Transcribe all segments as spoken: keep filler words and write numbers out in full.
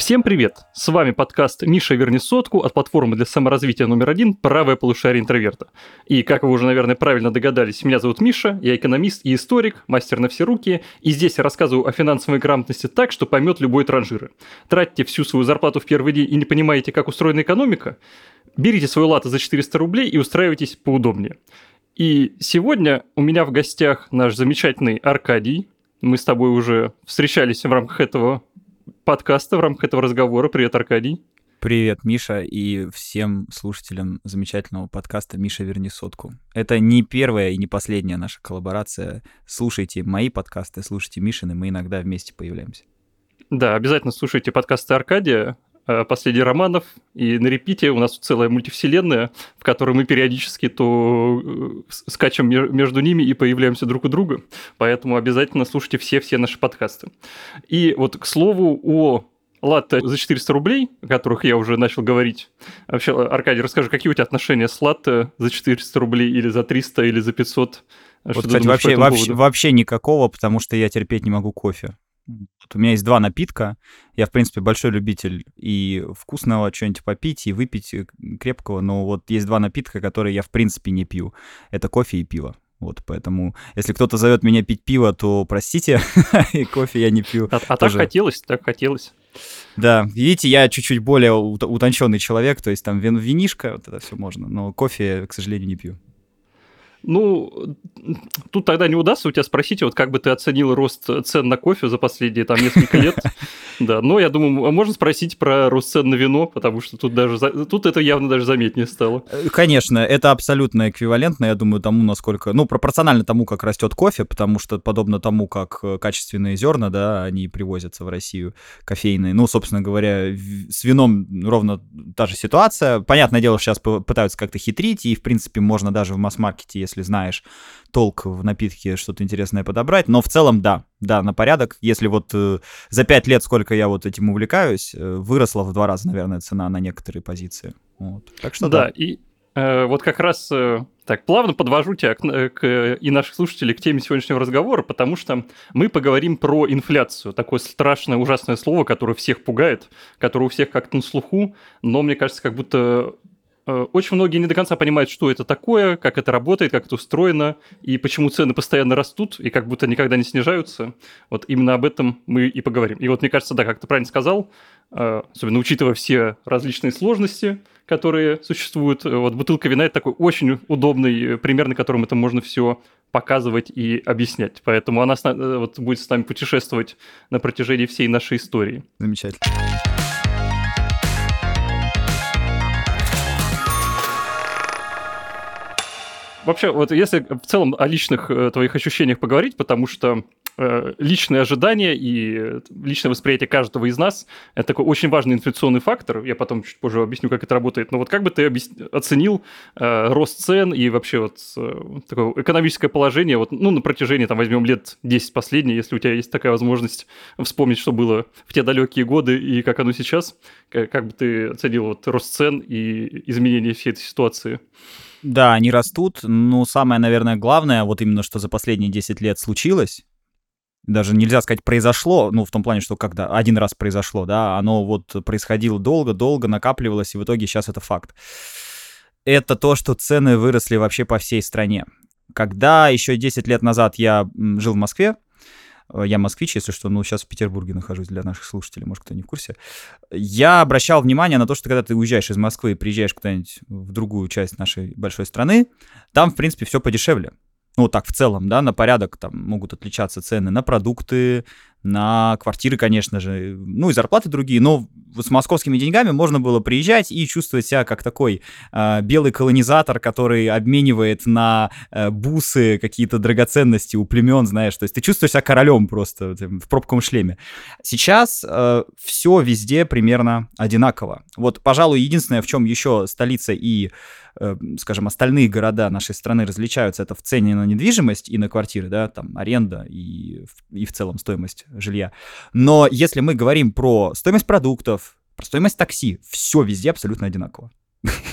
Всем привет! С вами подкаст «Миша, верни сотку» от платформы для саморазвития номер один «Правое полушарие интроверта». И, как вы уже, наверное, правильно догадались, меня зовут Миша, я экономист и историк, мастер на все руки, и здесь я рассказываю о финансовой грамотности так, что поймет любой транжира. Тратите всю свою зарплату в первый день и не понимаете, как устроена экономика? Берите свою латте за четыреста рублей и устраивайтесь поудобнее. И сегодня у меня в гостях наш замечательный Аркадий. Мы с тобой уже встречались в рамках этого подкаста, в рамках этого разговора. Привет, Аркадий. Привет, Миша, и всем слушателям замечательного подкаста «Миша, верни сотку». Это не первая и не последняя наша коллаборация. Слушайте мои подкасты, слушайте Мишины, мы иногда вместе появляемся. Да, обязательно слушайте подкасты Аркадия, «Последний романов», и на репите у нас целая мультивселенная, в которой мы периодически то скачем между ними и появляемся друг у друга, поэтому обязательно слушайте все-все наши подкасты. И вот, к слову, о латте за четыреста рублей, о которых я уже начал говорить. Вообще, Аркадий, расскажи, какие у тебя отношения с латте за четыреста рублей или за триста, или за пятьсот? Вот, что кстати, вообще, вообще, вообще никакого, потому что я терпеть не могу кофе. Вот у меня есть два напитка. Я, в принципе, большой любитель и вкусного что-нибудь попить, и выпить крепкого. Но вот есть два напитка, которые я, в принципе, не пью. Это кофе и пиво. Вот, поэтому, если кто-то зовет меня пить пиво, то простите, и кофе я не пью. А, а так хотелось, так хотелось. Да, видите, я чуть-чуть более утонченный человек, то есть там вин, винишко, вот это все можно, но кофе, к сожалению, не пью. Ну, тут тогда не удастся у тебя спросить, вот как бы ты оценил рост цен на кофе за последние там несколько лет. Да, но я думаю, можно спросить про рост цен на вино, потому что тут даже тут это явно даже заметнее стало. Конечно, это абсолютно эквивалентно, я думаю, тому, насколько, ну, пропорционально тому, как растет кофе, потому что подобно тому, как качественные зерна, да, они привозятся в Россию, кофейные. Ну, собственно говоря, с вином ровно та же ситуация. Понятное дело, сейчас пытаются как-то хитрить, и, в принципе, можно даже в масс-маркете, если знаешь толк в напитке, что-то интересное подобрать. Но в целом, да, да, на порядок. Если вот э, за пять лет, сколько я вот этим увлекаюсь, э, выросла в два раза, наверное, цена на некоторые позиции. Вот. Так что да. Да, и э, вот как раз э, так плавно подвожу тебя к, к, и наших слушателей к теме сегодняшнего разговора, потому что мы поговорим про инфляцию. Такое страшное, ужасное слово, которое всех пугает, которое у всех как-то на слуху, но мне кажется, как будто... Очень многие не до конца понимают, что это такое, как это работает, как это устроено, и почему цены постоянно растут, и как будто никогда не снижаются. Вот именно об этом мы и поговорим. И вот мне кажется, да, как ты правильно сказал, особенно учитывая все различные сложности, которые существуют, вот бутылка вина – это такой очень удобный пример, на котором это можно все показывать и объяснять. Поэтому она вот будет с нами путешествовать на протяжении всей нашей истории. Замечательно. Вообще, вот если в целом о личных э, твоих ощущениях поговорить, потому что э, личные ожидания и личное восприятие каждого из нас – это такой очень важный инфляционный фактор. Я потом чуть позже объясню, как это работает. Но вот как бы ты объяс... оценил э, рост цен и вообще вот э, такое экономическое положение вот, ну, на протяжении, там, возьмем лет десять последних, если у тебя есть такая возможность вспомнить, что было в те далекие годы и как оно сейчас, как, как бы ты оценил вот рост цен и изменение всей этой ситуации? Да, они растут, но самое, наверное, главное, вот именно что за последние десять лет случилось, даже нельзя сказать произошло, ну, в том плане, что когда один раз произошло, да, оно вот происходило долго-долго, накапливалось, и в итоге сейчас это факт. Это то, что цены выросли вообще по всей стране. Когда еще десять лет назад я жил в Москве, я москвич, если что, ну, сейчас в Петербурге нахожусь для наших слушателей, может, кто не в курсе. Я обращал внимание на то, что когда ты уезжаешь из Москвы и приезжаешь куда-нибудь в другую часть нашей большой страны, там, в принципе, все подешевле. Ну, так, в целом, да, на порядок там могут отличаться цены на продукты, на квартиры, конечно же, ну, и зарплаты другие, но с московскими деньгами можно было приезжать и чувствовать себя как такой э, белый колонизатор, который обменивает на э, бусы какие-то драгоценности у племен, знаешь, то есть ты чувствуешь себя королем просто в пробковом шлеме. Сейчас э, все везде примерно одинаково. Вот, пожалуй, единственное, в чем еще столица и, э, скажем, остальные города нашей страны различаются, это в цене на недвижимость и на квартиры, да, там аренда и, и в целом стоимость жилья. Но если мы говорим про стоимость продуктов, про стоимость такси, все везде абсолютно одинаково.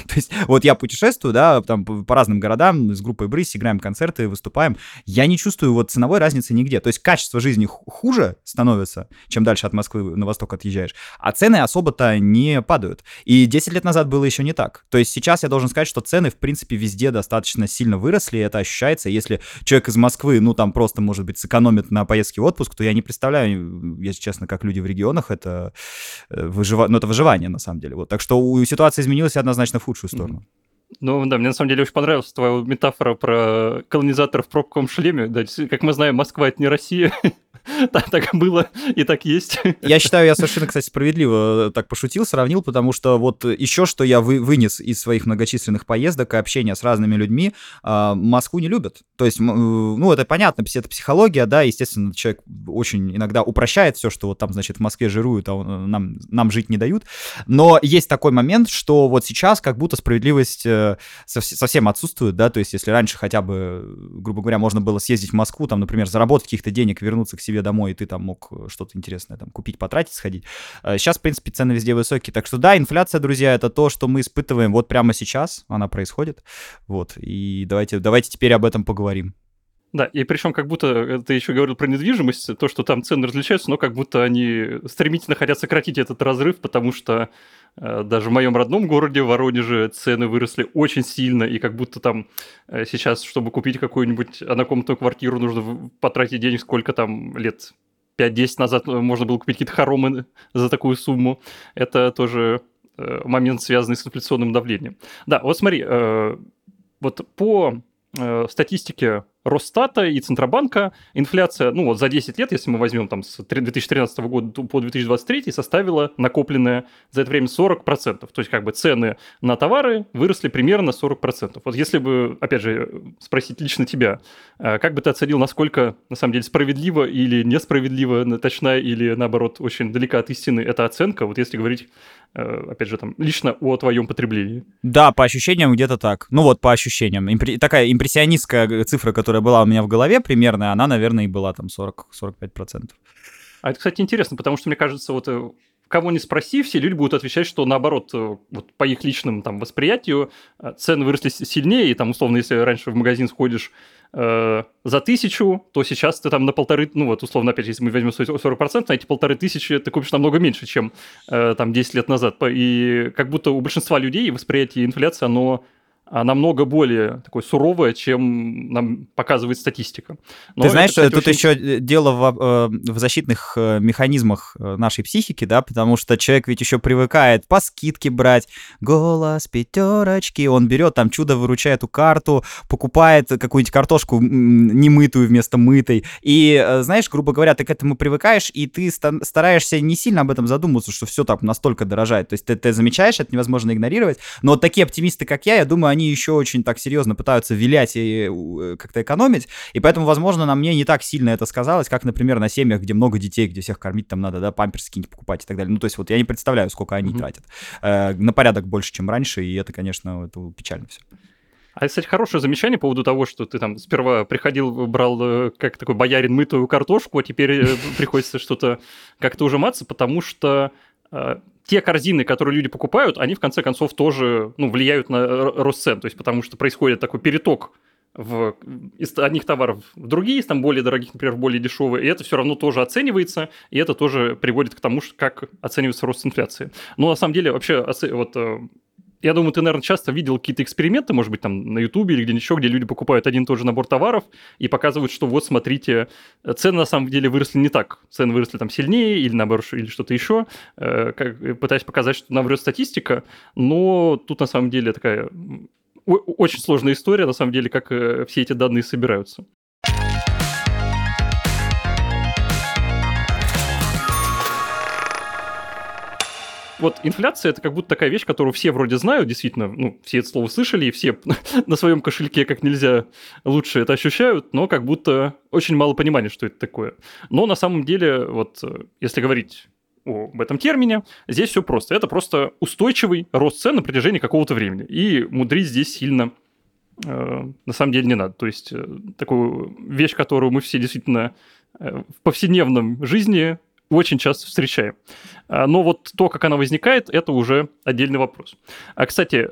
То есть вот я путешествую, да, там по по разным городам с группой «Брысь», играем концерты, выступаем. Я не чувствую вот ценовой разницы нигде. То есть качество жизни ху- хуже становится, чем дальше от Москвы на восток отъезжаешь, а цены особо-то не падают. И десять лет назад было еще не так. То есть сейчас я должен сказать, что цены, в принципе, везде достаточно сильно выросли, и это ощущается. Если человек из Москвы, ну, там просто, может быть, сэкономит на поездке в отпуск, то я не представляю, если честно, как люди в регионах это, э, выжива... ну, это выживание, на самом деле. Вот. Так что у- ситуация изменилась однозначно в худшую сторону. Ну да, мне на самом деле очень понравилась твоя метафора про колонизатора в пробковом шлеме. Да, действительно, как мы знаем, Москва — это не Россия. Так, так было и так есть. Я считаю, я совершенно, кстати, справедливо так пошутил, сравнил, потому что вот еще что я вы, вынес из своих многочисленных поездок и общения с разными людьми, а, Москву не любят. То есть, м, э, ну, это понятно, пс- это психология, да, естественно, человек очень иногда упрощает все, что вот там, значит, в Москве жируют, а он, э, нам, нам жить не дают. Но есть такой момент, что вот сейчас как будто справедливость э, совс- совсем отсутствует, да, то есть если раньше хотя бы, э, грубо говоря, можно было съездить в Москву, там, например, заработать каких-то денег, вернуться к себе домой, и ты там мог э, что-то интересное там купить, потратить, сходить. Э, Сейчас, в принципе, цены везде высокие. Так что да, инфляция, друзья, это то, что мы испытываем вот прямо сейчас, она происходит. Вот, и давайте, давайте теперь об этом поговорим. Да, и причем как будто э, ты еще говорил про недвижимость, то, что там цены различаются, но как будто они стремительно хотят сократить этот разрыв, потому что э, даже в моем родном городе, в Воронеже, цены выросли очень сильно, и как будто там э, сейчас, чтобы купить какую-нибудь однокомнатную квартиру, нужно в- потратить денег, сколько там лет пять-десять назад э, можно было купить какие-то хоромы за такую сумму. Это тоже э, момент, связанный с инфляционным давлением. Да, вот смотри, э, вот по э, статистике Росстата и Центробанка инфляция, ну вот за десять лет, если мы возьмем там с две тысячи тринадцатого года по две тысячи двадцать третий, составила накопленная за это время сорок процентов. То есть как бы цены на товары выросли примерно сорок процентов. Вот если бы, опять же, спросить лично тебя, э, как бы ты оценил, насколько на самом деле справедливо или несправедливо, точна или наоборот очень далека от истины эта оценка, вот если говорить, э, опять же, там лично о твоем потреблении? Да, по ощущениям где-то так. Ну вот, по ощущениям. Импре- такая импрессионистская цифра, которая была у меня в голове примерно, она, наверное, и была там сорок-сорок пять процентов. А это, кстати, интересно, потому что, мне кажется, вот э, кого не спроси, все люди будут отвечать, что наоборот, э, вот по их личному там восприятию э, цены выросли с- сильнее, и там, условно, если раньше в магазин сходишь э, за тысячу, то сейчас ты там на полторы, ну вот, условно, опять же, если мы возьмем сорок процентов, на эти полторы тысячи ты купишь намного меньше, чем э, там десять лет назад. По- И как будто у большинства людей восприятие инфляции, оно а, намного более такое суровое, чем нам показывает статистика. Но Ты это, знаешь, кстати, тут очень... еще дело в, э, в защитных э, механизмах э, нашей психики, да, потому что человек ведь еще привыкает по скидке брать голос пятерочки, он берет там чудо, выручает эту карту, покупает какую-нибудь картошку м, немытую вместо мытой, и, э, знаешь, грубо говоря, ты к этому привыкаешь, и ты ста- стараешься не сильно об этом задумываться, что все так настолько дорожает, то есть ты, ты замечаешь, это невозможно игнорировать, но вот такие оптимисты, как я, я думаю, они еще очень так серьезно пытаются вилять и э, как-то экономить, и поэтому, возможно, на мне не так сильно это сказалось, как, например, на семьях, где много детей, где всех кормить там надо, да, памперсы какие-нибудь покупать и так далее. Ну, то есть вот я не представляю, сколько они Мгм. тратят. Э, на порядок больше, чем раньше, и это, конечно, это печально все. А это, кстати, хорошее замечание по поводу того, что ты там сперва приходил, брал э, как такой боярин мытую картошку, а теперь э, приходится что-то как-то ужиматься, потому что э, те корзины, которые люди покупают, они в конце концов тоже, ну, влияют на р- рост цен, то есть потому что происходит такой переток в, из одних товаров в другие, из там более дорогих, например, в более дешевые, и это все равно тоже оценивается, и это тоже приводит к тому, что как оценивается рост инфляции. Но на самом деле вообще оце- вот э, я думаю, ты, наверное, часто видел какие-то эксперименты, может быть, там на Ютубе или где-нибудь еще, где люди покупают один и тот же набор товаров и показывают, что вот, смотрите, цены на самом деле выросли не так. Цены выросли там сильнее или, наоборот, или что-то еще. Э, как, пытаясь показать, что нам врет статистика, но тут на самом деле такая м, о- очень сложная история, на самом деле, как э, все эти данные собираются. Вот инфляция — это как будто такая вещь, которую все вроде знают, действительно, ну, все это слово слышали, и все на своем кошельке как нельзя лучше это ощущают, но как будто очень мало понимания, что это такое. Но на самом деле, вот э, если говорить об этом термине, здесь все просто. Это просто устойчивый рост цен на протяжении какого-то времени. И мудрить здесь сильно э, на самом деле не надо. То есть э, такую вещь, которую мы все действительно э, в повседневном жизни очень часто встречаем. Но вот то, как она возникает, это уже отдельный вопрос. А, кстати,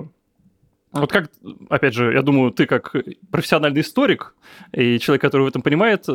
вот как, опять же, я думаю, ты как профессиональный историк и человек, который в этом понимает,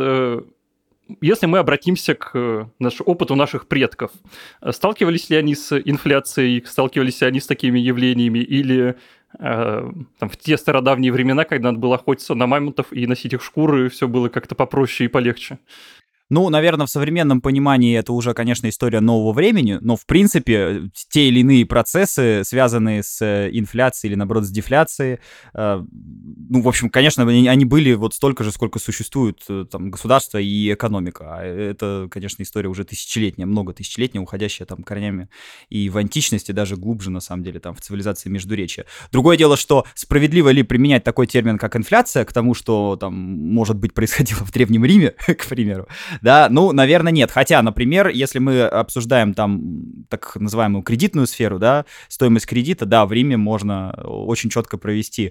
если мы обратимся к нашему опыту наших предков, сталкивались ли они с инфляцией, сталкивались ли они с такими явлениями, или э, там, в те стародавние времена, когда надо было охотиться на мамонтов и носить их шкуры, все было как-то попроще и полегче? Ну, наверное, в современном понимании это уже, конечно, история нового времени, но, в принципе, те или иные процессы, связанные с инфляцией или, наоборот, с дефляцией, э, ну, в общем, конечно, они были вот столько же, сколько существует там государство и экономика. А это, конечно, история уже тысячелетняя, много тысячелетняя, уходящая там корнями и в античности, даже глубже, на самом деле, там, в цивилизации Междуречия. Другое дело, что справедливо ли применять такой термин, как инфляция, к тому, что там, может быть, происходило в Древнем Риме, к примеру. Да, ну, наверное, нет. Хотя, например, если мы обсуждаем там так называемую кредитную сферу, да, стоимость кредита, да, в Риме можно очень четко провести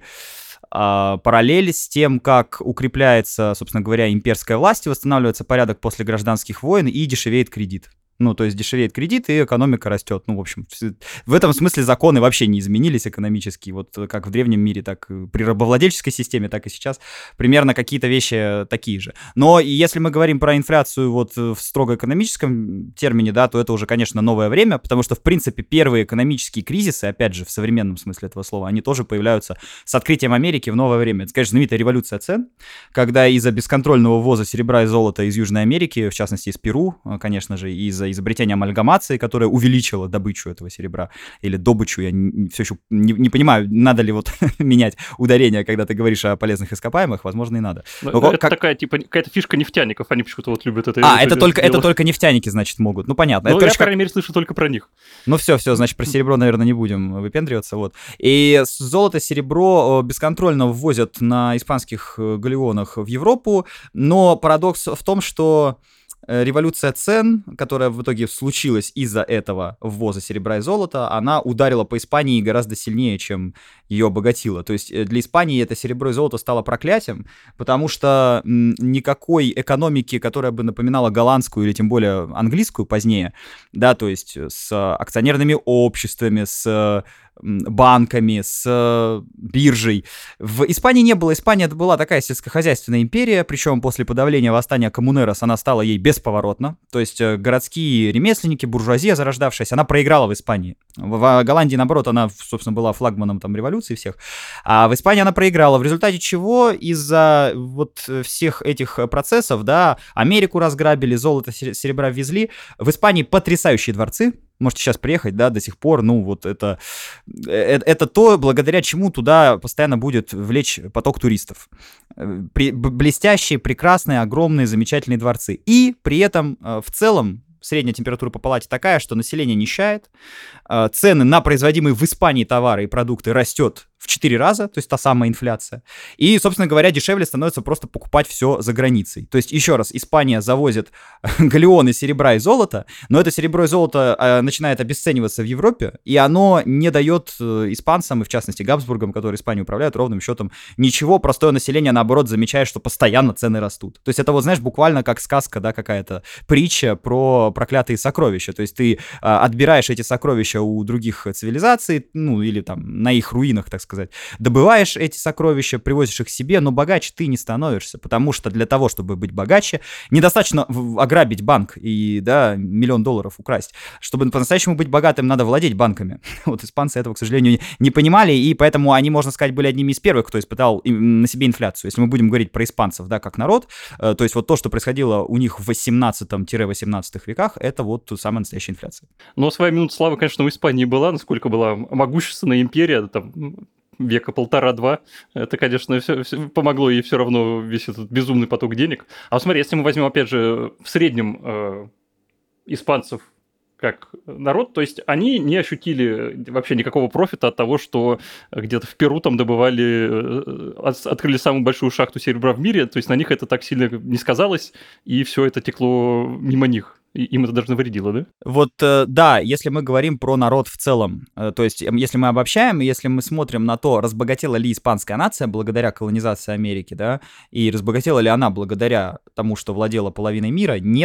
а, параллель с тем, как укрепляется, собственно говоря, имперская власть, восстанавливается порядок после гражданских войн и дешевеет кредит. Ну, то есть дешевеет кредит, и экономика растет. Ну, в общем, в этом смысле законы вообще не изменились экономически. Вот как в древнем мире, так и при рабовладельческой системе, так и сейчас примерно какие-то вещи такие же. Но если мы говорим про инфляцию вот в строго экономическом термине, да, то это уже, конечно, новое время, потому что, в принципе, первые экономические кризисы, опять же, в современном смысле этого слова, они тоже появляются с открытием Америки в новое время. Это, конечно, знаменитая революция цен, когда из-за бесконтрольного ввоза серебра и золота из Южной Америки, в частности, из Перу, конечно же, из-за изобретение амальгамации, которое увеличило добычу этого серебра, или добычу, я не, все еще не, не понимаю, надо ли вот менять ударение, когда ты говоришь о полезных ископаемых, возможно, и надо. Но, Но, это как... такая, типа, какая-то фишка нефтяников, они почему-то вот любят это. А, это только, это только нефтяники, значит, могут, ну, понятно. Ну, это, я, короче, по крайней мере, слышу только про них. Ну, все, все, значит, про серебро, наверное, не будем выпендриваться, вот. И золото, серебро бесконтрольно ввозят на испанских галеонах в Европу, но парадокс в том, что революция цен, которая в итоге случилась из-за этого ввоза серебра и золота, она ударила по Испании гораздо сильнее, чем ее обогатила. То есть для Испании это серебро и золото стало проклятием, потому что никакой экономики, которая бы напоминала голландскую или тем более английскую позднее, да, то есть с акционерными обществами, с банками, с биржей. В Испании не было. Испания это была такая сельскохозяйственная империя, причем после подавления восстания Коммунерос она стала ей бесповоротно. То есть городские ремесленники, буржуазия зарождавшаяся, она проиграла в Испании. В Голландии, наоборот, она, собственно, была флагманом там революции всех. А в Испании она проиграла. В результате чего из-за вот всех этих процессов, да, Америку разграбили, золото, серебра везли. В Испании потрясающие дворцы. Можете сейчас приехать, да, до сих пор, ну, вот это, это, это то, благодаря чему туда постоянно будет влечь поток туристов. При, блестящие, прекрасные, огромные, замечательные дворцы. И при этом в целом средняя температура по палате такая, что население нищает, цены на производимые в Испании товары и продукты растет в четыре раза, то есть та самая инфляция. И, собственно говоря, дешевле становится просто покупать все за границей. То есть, еще раз, Испания завозит галеоны серебра и золота, но это серебро и золото э, начинает обесцениваться в Европе, и оно не дает э, испанцам, и в частности Габсбургам, которые Испанию управляют, ровным счетом ничего. Простое население, наоборот, замечает, что постоянно цены растут. То есть это вот, знаешь, буквально как сказка, да, какая-то притча про проклятые сокровища. То есть ты э, отбираешь эти сокровища у других цивилизаций, ну, или там на их руинах, так сказать, сказать, добываешь эти сокровища, привозишь их себе, но богаче ты не становишься, потому что для того, чтобы быть богаче, недостаточно ограбить банк и, да, миллион долларов украсть. Чтобы по-настоящему быть богатым, надо владеть банками. Вот испанцы этого, к сожалению, не понимали, и поэтому они, можно сказать, были одними из первых, кто испытал на себе инфляцию. Если мы будем говорить про испанцев, да, как народ, то есть вот то, что происходило у них в восемнадцатом-восемнадцатых веках, это вот самая настоящая инфляция. Но своя минута славы, конечно, в Испании была, насколько была могущественная империя, там, века полтора-два, это, конечно, все, все помогло ей все равно весь этот безумный поток денег. А смотри, если мы возьмем, опять же, в среднем э, испанцев как народ, то есть они не ощутили вообще никакого профита от того, что где-то в Перу там добывали, открыли самую большую шахту серебра в мире, то есть на них это так сильно не сказалось, и все это текло мимо них. И им это даже навредило, да? Вот, да, если мы говорим про народ в целом, то есть если мы обобщаем, если мы смотрим на то, разбогатела ли испанская нация благодаря колонизации Америки, да, и разбогатела ли она благодаря тому, что владела половиной мира, нет,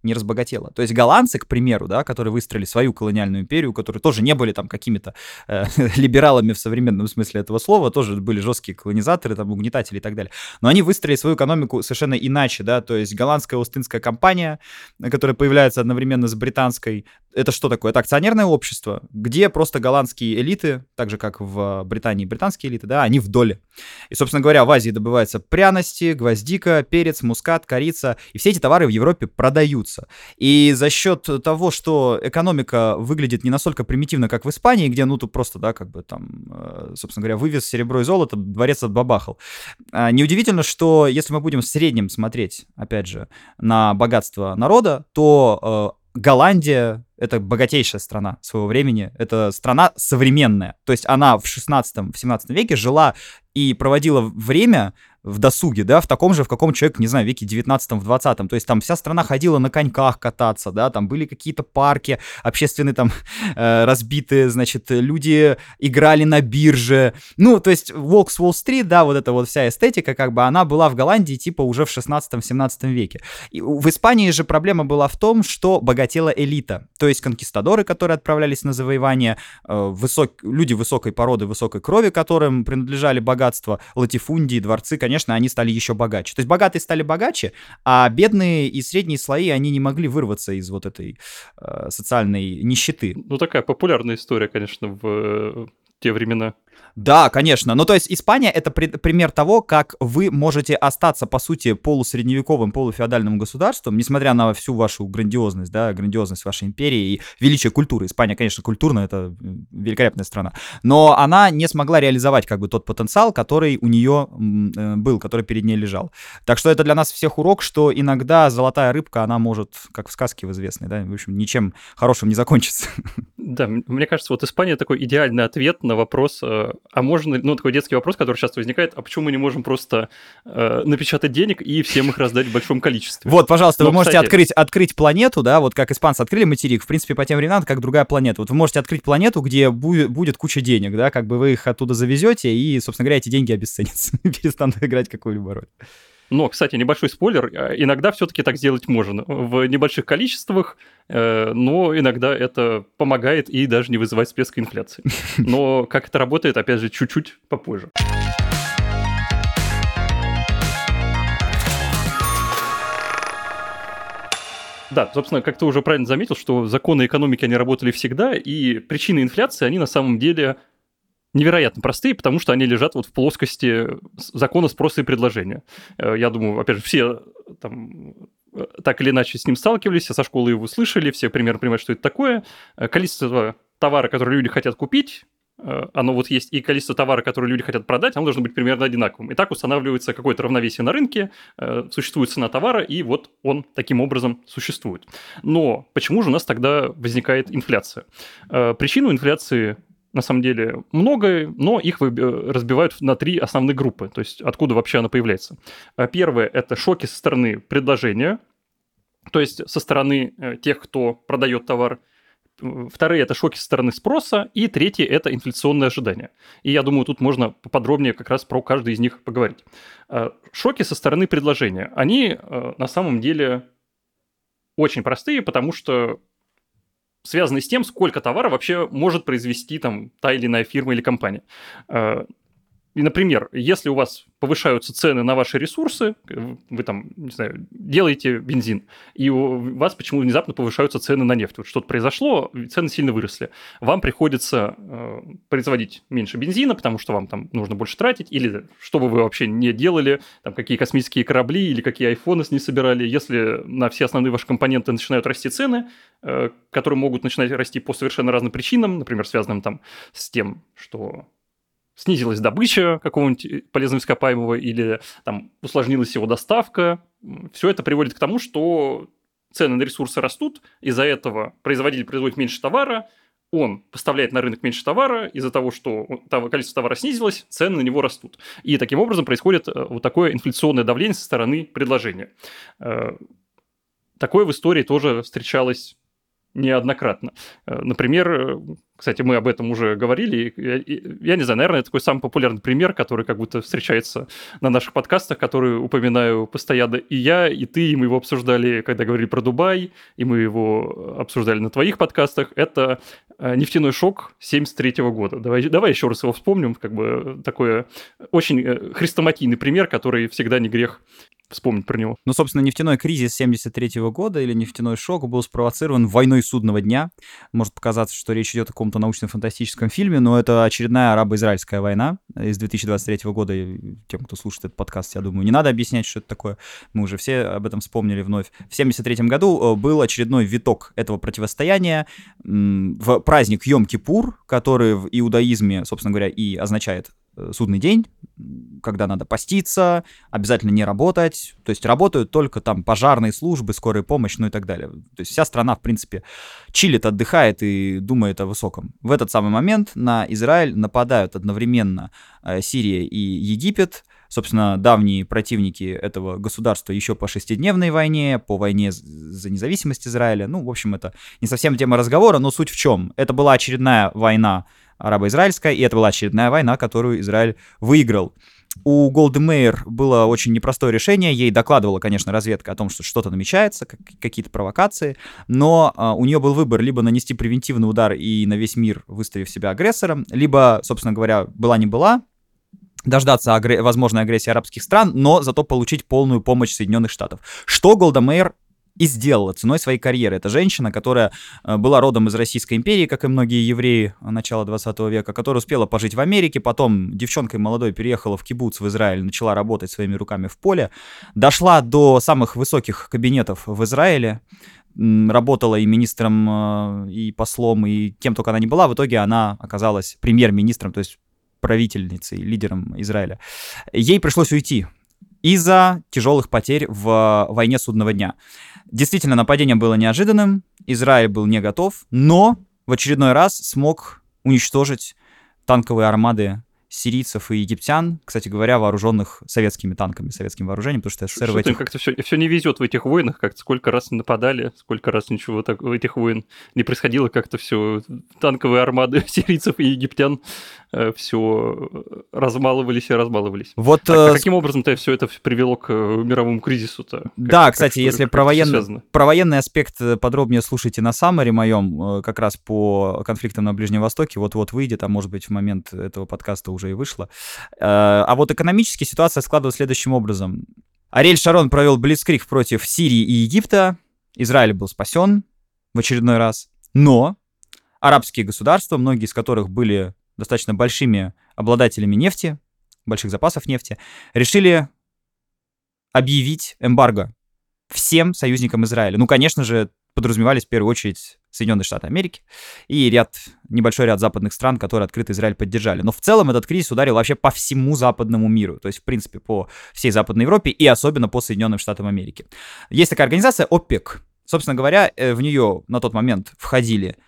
не разбогатела. То есть голландцы, к примеру, да, которые выстроили свою колониальную империю, которые тоже не были там какими-то э, либералами в современном смысле этого слова, тоже были жесткие колонизаторы, там, угнетатели и так далее. Но они выстроили свою экономику совершенно иначе, да, то есть голландская Ост-Индская компания, которая появляется одновременно с британской, это что такое? Это акционерное общество, где просто голландские элиты, так же, как в Британии британские элиты, да, они в доле. И, собственно говоря, в Азии добываются пряности, гвоздика, перец, мускат, корица, и все эти товары в Европе продаются. И за счет того, что экономика выглядит не настолько примитивно, как в Испании, где, ну, тут просто, да, как бы там, собственно говоря, вывез серебро и золото, дворец отбабахал. Неудивительно, что если мы будем в среднем смотреть, опять же, на богатство народа, то Голландия — это богатейшая страна своего времени, это страна современная, то есть она в шестнадцатом-семнадцатом веке жила и проводила время в досуге, да, в таком же, в каком человек, не знаю, веке девятнадцатом, в двадцатом, то есть там вся страна ходила на коньках кататься, да, там были какие-то парки общественные там э, разбитые, значит, люди играли на бирже, ну, то есть Волк с Уолл-стрит, да, вот эта вот вся эстетика, как бы, она была в Голландии типа уже в шестнадцатом-семнадцатом веке. И в Испании же проблема была в том, что богатела элита, то есть конкистадоры, которые отправлялись на завоевание, э, высок... люди высокой породы, высокой крови, которым принадлежали богатства, латифундии, дворцы, конечно, Конечно, они стали еще богаче. То есть богатые стали богаче, а бедные и средние слои, они не могли вырваться из вот этой э, социальной нищеты. Ну, такая популярная история, конечно, в э, те времена. Да, конечно. Ну, то есть Испания — это при- пример того, как вы можете остаться, по сути, полусредневековым, полуфеодальным государством, несмотря на всю вашу грандиозность, да, грандиозность вашей империи и величие культуры. Испания, конечно, культурно, это великолепная страна. Но она не смогла реализовать, как бы, тот потенциал, который у нее э, был, который перед ней лежал. Так что это для нас всех урок, что иногда золотая рыбка, она может, как в сказке в известной, да, в общем, ничем хорошим не закончится. Да, мне кажется, вот Испания такой идеальный ответ на вопрос, а можно, ну, такой детский вопрос, который часто возникает, а почему мы не можем просто э, напечатать денег и всем их раздать в большом количестве? Вот, пожалуйста, Но, вы можете кстати... открыть, открыть планету, да, вот как испанцы открыли материк, в принципе, по тем временам это как другая планета. Вот вы можете открыть планету, где будет, будет куча денег, да, как бы вы их оттуда завезете, и, собственно говоря, эти деньги обесценятся, перестанут играть какую-либо роль. Но, кстати, небольшой спойлер, иногда все-таки так сделать можно. В небольших количествах, но иногда это помогает и даже не вызывает всплеска инфляции. Но как это работает, опять же, чуть-чуть попозже. Да, собственно, как ты уже правильно заметил, что законы экономики, они работали всегда, и причины инфляции, они на самом деле... невероятно простые, потому что они лежат вот в плоскости закона спроса и предложения. Я думаю, опять же, все там так или иначе с ним сталкивались, все со школы его слышали, все примерно понимают, что это такое. Количество товара, который люди хотят купить, оно вот есть, и количество товара, который люди хотят продать, оно должно быть примерно одинаковым. И так устанавливается какое-то равновесие на рынке, существует цена товара, и вот он таким образом существует. Но почему же у нас тогда возникает инфляция? Причину инфляции на самом деле много, но их разбивают на три основных группы, то есть откуда вообще она появляется. Первое – это шоки со стороны предложения, то есть со стороны тех, кто продает товар. Вторые – это шоки со стороны спроса, и третье – это инфляционные ожидания. И я думаю, тут можно поподробнее как раз про каждый из них поговорить. Шоки со стороны предложения, они на самом деле очень простые, потому что связаны с тем, сколько товара вообще может произвести там та или иная фирма или компания. И, например, если у вас повышаются цены на ваши ресурсы, вы там, не знаю, делаете бензин, и у вас почему-то внезапно повышаются цены на нефть. Вот что-то произошло, цены сильно выросли. Вам приходится э, производить меньше бензина, потому что вам там нужно больше тратить, или что бы вы вообще не делали, там какие космические корабли или какие айфоны не собирали. Если на все основные ваши компоненты начинают расти цены, э, которые могут начинать расти по совершенно разным причинам, например, связанным там с тем, что... снизилась добыча какого-нибудь полезного ископаемого или там усложнилась его доставка. Все это приводит к тому, что цены на ресурсы растут, из-за этого производитель производит меньше товара, он поставляет на рынок меньше товара, из-за того, что количество товара снизилось, цены на него растут. И таким образом происходит вот такое инфляционное давление со стороны предложения. Такое в истории тоже встречалось неоднократно. Например, кстати, мы об этом уже говорили. Я, я не знаю, наверное, это такой самый популярный пример, который как будто встречается на наших подкастах, который упоминаю постоянно и я, и ты, и мы его обсуждали, когда говорили про Дубай, и мы его обсуждали на твоих подкастах. Это нефтяной шок семьдесят третьего года. Давай, давай еще раз его вспомним. Как бы такой очень хрестоматийный пример, который всегда не грех вспомнить про него. Ну, собственно, нефтяной кризис семьдесят третьего года или нефтяной шок был спровоцирован войной судного дня. Может показаться, что речь идет о каком-то научно-фантастическом фильме, но это очередная арабо-израильская война из две тысячи двадцать третьего года. Тем, кто слушает этот подкаст, я думаю, не надо объяснять, что это такое. Мы уже все об этом вспомнили вновь. В семьдесят третьем году был очередной виток этого противостояния в праздник Йом-Кипур, который в иудаизме, собственно говоря, и означает судный день, когда надо поститься, обязательно не работать. То есть работают только там пожарные службы, скорая помощь, ну и так далее. То есть вся страна, в принципе, чилит, отдыхает и думает о высоком. В этот самый момент на Израиль нападают одновременно Сирия и Египет. Собственно, давние противники этого государства еще по шестидневной войне, по войне за независимость Израиля. Ну, в общем, это не совсем тема разговора, но суть в чем? Это была очередная война арабо-израильская, и это была очередная война, которую Израиль выиграл. У Голды Меир было очень непростое решение. Ей докладывала, конечно, разведка о том, что что-то намечается, как, какие-то провокации, но а, у нее был выбор либо нанести превентивный удар и на весь мир выставив себя агрессором, либо, собственно говоря, была не была, дождаться агр... возможной агрессии арабских стран, но зато получить полную помощь Соединенных Штатов. Что Голда Меир и сделала ценой своей карьеры. Это женщина, которая была родом из Российской империи, как и многие евреи начала двадцатого века, которая успела пожить в Америке, потом девчонкой молодой переехала в кибуц в Израиль, начала работать своими руками в поле, дошла до самых высоких кабинетов в Израиле, работала и министром, и послом, и кем только она ни была. В итоге она оказалась премьер-министром, то есть правительницей, лидером Израиля. Ей пришлось уйти из-за тяжелых потерь в войне судного дня. Действительно, нападение было неожиданным, Израиль был не готов, но в очередной раз смог уничтожить танковые армады сирийцев и египтян, кстати говоря, вооруженных советскими танками, советским вооружением, потому что СССР в этих... Им как-то все, все не везет в этих войнах, как-то сколько раз нападали, сколько раз ничего так в этих войн не происходило, как-то все танковые армады сирийцев и египтян э, все размалывались и размалывались. Вот, а, э... а каким образом-то все это привело к мировому кризису-то? Как, да, как, кстати, как, если как, про, как воен... про военный аспект подробнее слушайте на саммаре моем, как раз по конфликтам на Ближнем Востоке, вот-вот выйдет, а может быть в момент этого подкаста уже и вышло. А вот экономически ситуация складывалась следующим образом. Ариэль Шарон провел блицкриг против Сирии и Египта, Израиль был спасен в очередной раз, но арабские государства, многие из которых были достаточно большими обладателями нефти, больших запасов нефти, решили объявить эмбарго всем союзникам Израиля. Ну, конечно же, подразумевались в первую очередь Соединенные Штаты Америки и ряд, небольшой ряд западных стран, которые открыто Израиль поддержали. Но в целом этот кризис ударил вообще по всему западному миру, то есть, в принципе, по всей Западной Европе и особенно по Соединенным Штатам Америки. Есть такая организация ОПЕК. Собственно говоря, в нее на тот момент входили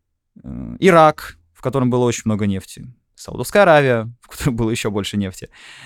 Ирак, в котором было очень много нефти, Саудовская Аравия, в которой было еще больше нефти,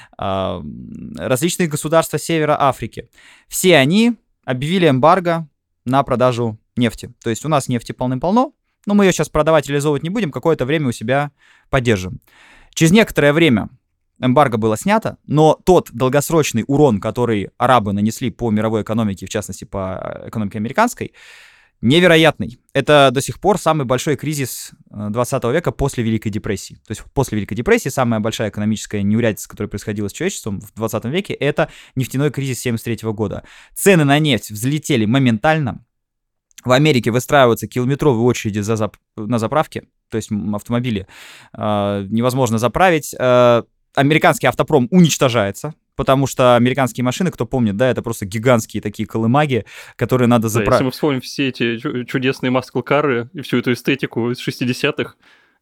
различные государства Севера Африки. Все они объявили эмбарго на продажу нефти. То есть у нас нефти полным-полно, но мы ее сейчас продавать, реализовывать не будем, какое-то время у себя поддержим. Через некоторое время эмбарго было снято, но тот долгосрочный урон, который арабы нанесли по мировой экономике, в частности по экономике американской, невероятный. Это до сих пор самый большой кризис двадцатого века после Великой депрессии. То есть после Великой депрессии самая большая экономическая неурядица, которая происходила с человечеством в двадцатом веке, это нефтяной кризис семьдесят третьего года. Цены на нефть взлетели моментально. В Америке выстраиваются километровые очереди за зап... на заправке, то есть автомобили э, невозможно заправить. Э, американский автопром уничтожается, потому что американские машины, кто помнит, да, это просто гигантские такие колымаги, которые надо заправить. Да, если мы вспомним все эти чудесные маскл-кары и всю эту эстетику из шестидесятых,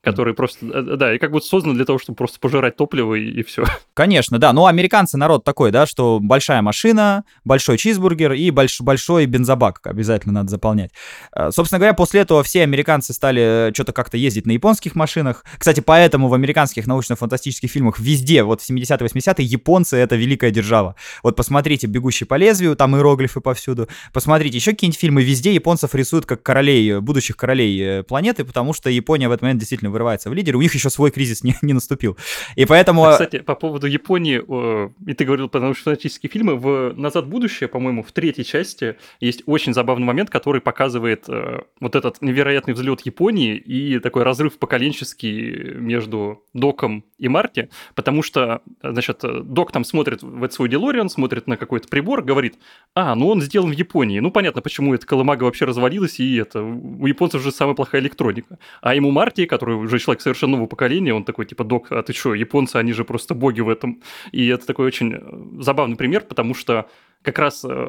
которые просто, да, и как будто созданы для того, чтобы просто пожирать топливо и, и все. Конечно, да, но американцы народ такой, да, что большая машина, большой чизбургер и больш, большой бензобак обязательно надо заполнять. Собственно говоря, после этого все американцы стали что-то как-то ездить на японских машинах. Кстати, поэтому в американских научно-фантастических фильмах везде, вот в семидесятые, восьмидесятые, японцы — это великая держава. Вот посмотрите «Бегущий по лезвию», там иероглифы повсюду. Посмотрите еще какие-нибудь фильмы, везде японцев рисуют как королей, будущих королей планеты, потому что Япония в этот момент действительно вырывается в лидеры, у них еще свой кризис не, не наступил. И поэтому... А, кстати, по поводу Японии, и ты говорил про научно-фантастические фильмы, в «Назад в будущее», по-моему, в третьей части есть очень забавный момент, который показывает вот этот невероятный взлет Японии и такой разрыв поколенческий между Доком и Марти, потому что, значит, Док там смотрит в свой Делориан, смотрит на какой-то прибор, говорит: а, ну он сделан в Японии, ну понятно, почему эта колымага вообще развалилась, и это, у японцев же самая плохая электроника. А ему Марти, который уже человек совершенно нового поколения, он такой, типа: Док, а ты что, японцы, они же просто боги в этом. И это такой очень забавный пример, потому что как раз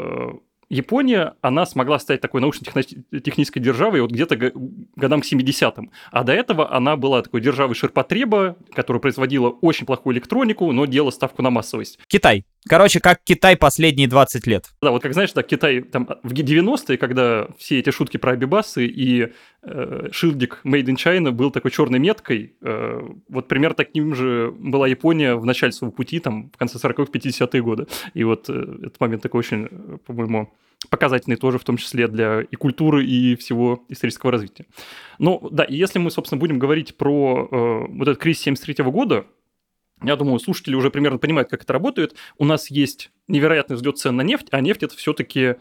Япония, она смогла стать такой научно-технической державой вот где-то годам к семидесятым. А до этого она была такой державой ширпотреба, которая производила очень плохую электронику, но делала ставку на массовость. Китай. Короче, как Китай последние двадцать лет. Да, вот как знаешь, да, Китай там в девяностые, когда все эти шутки про абибасы и э, шильдик Made in China был такой черной меткой, э, вот примерно таким же была Япония в начале своего пути, там, в конце сороковых, пятидесятые годы. И вот э, этот момент такой очень, по-моему, показательный тоже, в том числе для и культуры, и всего исторического развития. Ну, да, и если мы, собственно, будем говорить про э, вот этот кризис семьдесят третьего года, я думаю, слушатели уже примерно понимают, как это работает. У нас есть невероятный взлет цен на нефть, а нефть – это все-таки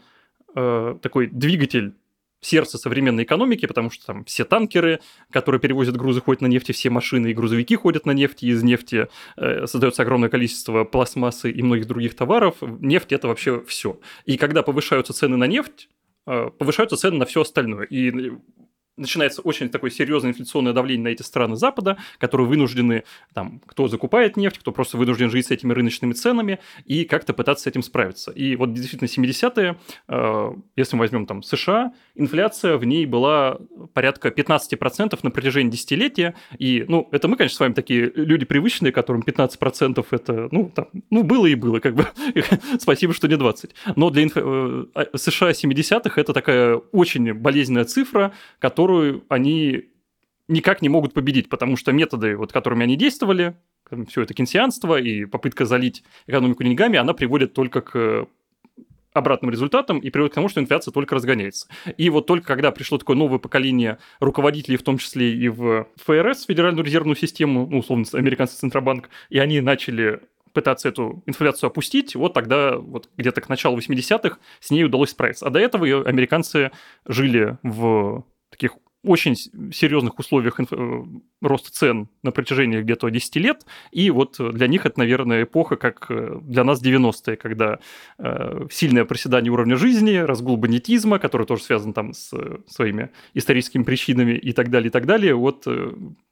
э, такой двигатель сердца современной экономики, потому что там все танкеры, которые перевозят грузы, ходят на нефти, все машины и грузовики ходят на нефти, из нефти э, создается огромное количество пластмассы и многих других товаров. Нефть – это вообще все. И когда повышаются цены на нефть, э, повышаются цены на все остальное. И начинается очень такое серьезное инфляционное давление на эти страны Запада, которые вынуждены, там, кто закупает нефть, кто просто вынужден жить с этими рыночными ценами и как-то пытаться с этим справиться. И вот действительно семидесятые, э, если мы возьмем там США, инфляция в ней была порядка пятнадцать процентов на протяжении десятилетия. И, ну, это мы, конечно, с вами такие люди привычные, которым пятнадцать процентов это, ну, там, ну, было и было, как бы. Спасибо, что не двадцать. Но для инф... США семидесятых это такая очень болезненная цифра, которая которую они никак не могут победить, потому что методы, вот, которыми они действовали, все это кейнсианство и попытка залить экономику деньгами, она приводит только к обратным результатам и приводит к тому, что инфляция только разгоняется. И вот только когда пришло такое новое поколение руководителей, в том числе и в ФРС, Федеральную резервную систему, ну, условно, американский Центробанк, и они начали пытаться эту инфляцию опустить, вот тогда, вот где-то к началу восьмидесятых, с ней удалось справиться. А до этого американцы жили в таких очень серьезных условиях инф... роста цен на протяжении где-то десять лет, и вот для них это, наверное, эпоха, как для нас девяностые, когда э, сильное проседание уровня жизни, разгул бандитизма, который тоже связан там с своими историческими причинами и так далее, и так далее, вот... Э,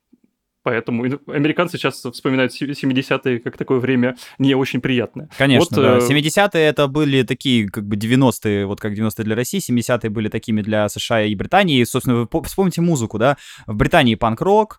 Поэтому американцы сейчас вспоминают семидесятые как такое время не очень приятное. Конечно, вот, да. э... семидесятые это были такие, как бы, девяностые, вот как девяностые для России, семидесятые были такими для США и Британии. И, собственно, вы вспомните музыку, да. В Британии панк-рок,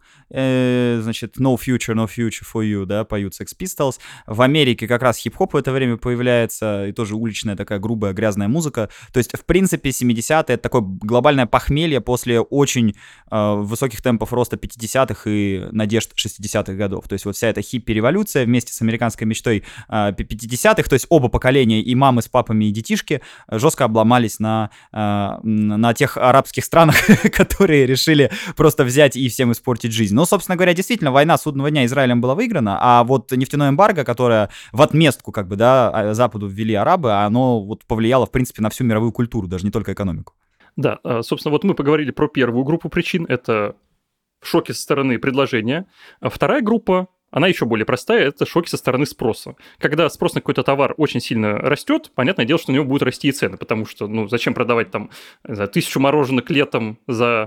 э, значит, No Future, No Future for You, да, поют Sex Pistols. В Америке как раз хип-хоп в это время появляется, и тоже уличная такая грубая, грязная музыка. То есть, в принципе, семидесятые — это такое глобальное похмелье после очень э, высоких темпов роста пятидесятых и надежд шестидесятых годов. То есть вот вся эта хиппи-революция вместе с американской мечтой э, пятидесятых, то есть оба поколения, и мамы с папами, и детишки, жестко обломались на, э, на тех арабских странах, которые решили просто взять и всем испортить жизнь. Ну, собственно говоря, действительно, война судного дня Израилем была выиграна, а вот нефтяное эмбарго, которое в отместку, как бы, да, Западу ввели арабы, оно вот повлияло, в принципе, на всю мировую культуру, даже не только экономику. Да, собственно, вот мы поговорили про первую группу причин, это шоки со стороны предложения. А вторая группа, она еще более простая, это шоки со стороны спроса. Когда спрос на какой-то товар очень сильно растет, понятное дело, что у него будут расти и цены, потому что, ну, зачем продавать там, не знаю, тысячу мороженок летом за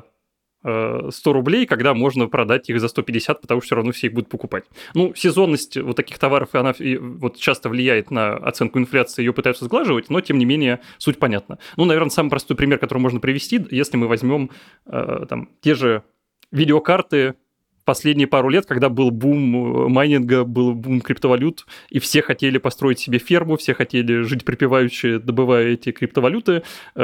э, сто рублей, когда можно продать их за сто пятьдесят, потому что все равно все их будут покупать. Ну, сезонность вот таких товаров, она вот часто влияет на оценку инфляции, ее пытаются сглаживать, но, тем не менее, суть понятна. Ну, наверное, самый простой пример, который можно привести, если мы возьмем э, там те же видеокарты последние пару лет, когда был бум майнинга, был бум криптовалют, и все хотели построить себе ферму, все хотели жить припеваючи, добывая эти криптовалюты.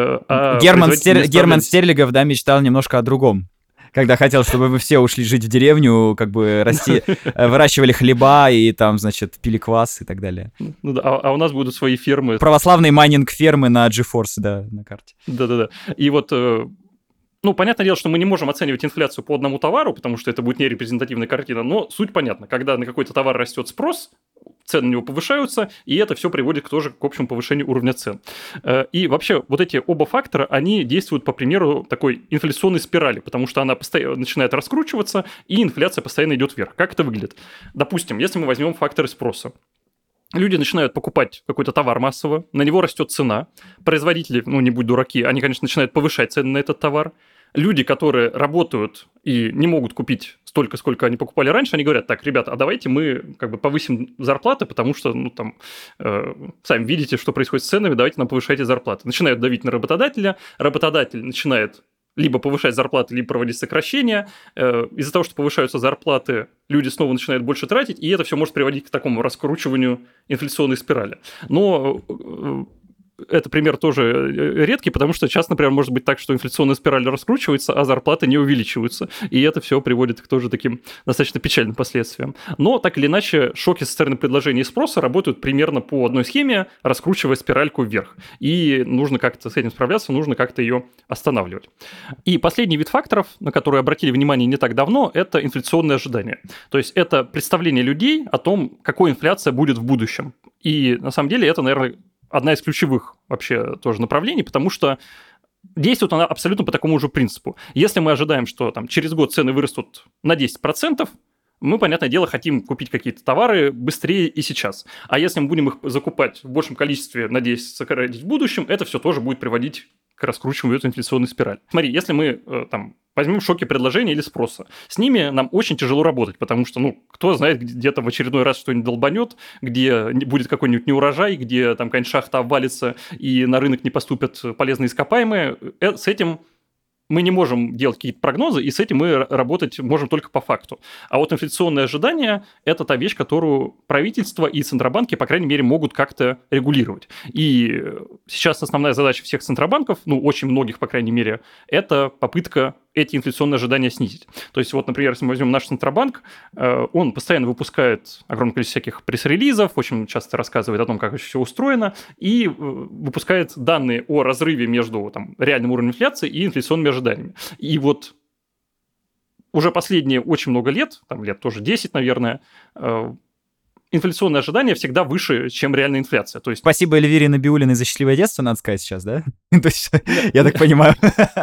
А Герман, Стер... Герман Стерлигов, да, мечтал немножко о другом. Когда хотел, чтобы мы все ушли жить в деревню, как бы расти, выращивали хлеба и там, значит, пили квас и так далее. Ну да, а, а у нас будут свои фермы. Православные майнинг-фермы на GeForce, да, на карте. Да-да-да. И вот... Ну, понятное дело, что мы не можем оценивать инфляцию по одному товару, потому что это будет нерепрезентативная картина, но суть понятна. Когда на какой-то товар растет спрос, цены на него повышаются, и это все приводит тоже к общему повышению уровня цен. И вообще вот эти оба фактора, они действуют по примеру такой инфляционной спирали, потому что она постоянно начинает раскручиваться, и инфляция постоянно идет вверх. Как это выглядит? Допустим, если мы возьмем факторы спроса. Люди начинают покупать какой-то товар массово, на него растет цена. Производители, ну не будь дураки, они, конечно, начинают повышать цены на этот товар. Люди, которые работают и не могут купить столько, сколько они покупали раньше, они говорят: так, ребята, а давайте мы как бы повысим зарплаты, потому что, ну, там, э, сами видите, что происходит с ценами, давайте нам повышайте зарплаты. Начинают давить на работодателя, работодатель начинает либо повышать зарплаты, либо проводить сокращения. Э, из-за того, что повышаются зарплаты, люди снова начинают больше тратить, и это все может приводить к такому раскручиванию инфляционной спирали. Но... Э, это пример тоже редкий, потому что часто, например, может быть так, что инфляционная спираль раскручивается, а зарплаты не увеличиваются. И это все приводит к тоже таким достаточно печальным последствиям. Но так или иначе, шоки со стороны предложения и спроса работают примерно по одной схеме, раскручивая спиральку вверх. И нужно как-то с этим справляться, нужно как-то ее останавливать. И последний вид факторов, на которые обратили внимание не так давно, это инфляционные ожидания. То есть это представление людей о том, какой инфляция будет в будущем. И на самом деле это, наверное, одна из ключевых вообще тоже направлений, потому что действует она абсолютно по такому же принципу. Если мы ожидаем, что там, через год цены вырастут на десять процентов, мы, понятное дело, хотим купить какие-то товары быстрее и сейчас. А если мы будем их закупать в большем количестве, надеясь сократить в будущем, это все тоже будет приводить к раскручиванию эту инфляционную спираль. Смотри, если мы там возьмем шоки предложения или спроса, с ними нам очень тяжело работать, потому что, ну, кто знает, где-то в очередной раз что-нибудь долбанет, где будет какой-нибудь неурожай, где там какая-нибудь шахта обвалится и на рынок не поступят полезные ископаемые. С этим мы не можем делать какие-то прогнозы, и с этим мы работать можем только по факту. А вот инфляционные ожидания – это та вещь, которую правительство и центробанки, по крайней мере, могут как-то регулировать. И сейчас основная задача всех центробанков, ну, очень многих, по крайней мере, это попытка эти инфляционные ожидания снизить. То есть, вот, например, если мы возьмем наш Центробанк, он постоянно выпускает огромное количество всяких пресс-релизов, очень часто рассказывает о том, как все устроено, и выпускает данные о разрыве между там, реальным уровнем инфляции и инфляционными ожиданиями. И вот уже последние очень много лет, там лет тоже десять, наверное, инфляционные ожидания всегда выше, чем реальная инфляция. То есть... Спасибо Эльвире Набиуллиной за счастливое детство, надо сказать сейчас, да? То есть, я так понимаю...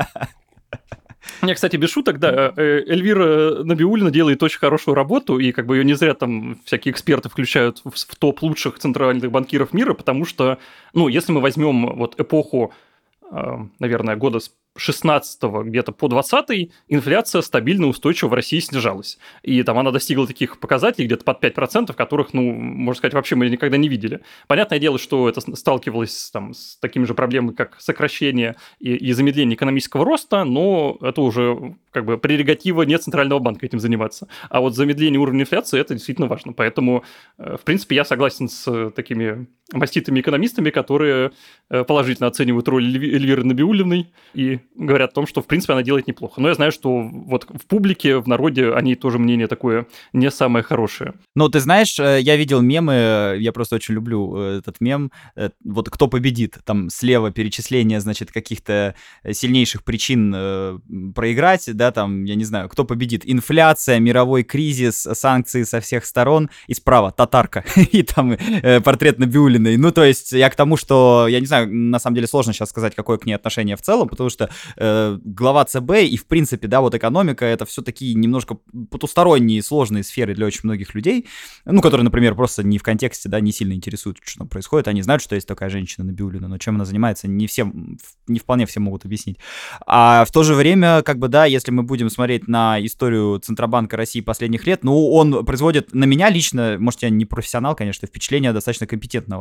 Не, кстати, без шуток, да, Эльвира Набиуллина делает очень хорошую работу, и как бы ее не зря там всякие эксперты включают в, в топ лучших центральных банкиров мира, потому что, ну, если мы возьмем вот эпоху, наверное, года с шестнадцатого где-то по двадцатый инфляция стабильно устойчиво в России снижалась. И там она достигла таких показателей где-то под пять процентов, которых, ну, можно сказать, вообще мы никогда не видели. Понятное дело, что это сталкивалось там, с такими же проблемами, как сокращение и, и замедление экономического роста, но это уже как бы прерогатива не Центрального банка этим заниматься. А вот замедление уровня инфляции – это действительно важно. Поэтому, в принципе, я согласен с такими маститыми экономистами, которые положительно оценивают роль Эльвиры Набиуллиной и говорят о том, что, в принципе, она делает неплохо. Но я знаю, что вот в публике, в народе, они тоже мнение такое не самое хорошее. Ну, ты знаешь, я видел мемы, я просто очень люблю этот мем, вот «Кто победит?» Там слева перечисление, значит, каких-то сильнейших причин проиграть, да, там, я не знаю, кто победит? Инфляция, мировой кризис, санкции со всех сторон, и справа татарка, и там портрет Набиуллиной. Ну, то есть я к тому, что, я не знаю, на самом деле сложно сейчас сказать, какое к ней отношение в целом, потому что э, глава ЦБ и, в принципе, да, вот экономика — это все такие немножко потусторонние, сложные сферы для очень многих людей, ну, которые, например, просто не в контексте, да, не сильно интересуют, что там происходит. Они знают, что есть такая женщина Набиуллина, но чем она занимается, не всем, не вполне все могут объяснить. А в то же время, как бы, да, если мы будем смотреть на историю Центробанка России последних лет, ну, он производит на меня лично, может, я не профессионал, конечно, впечатление достаточно компетентного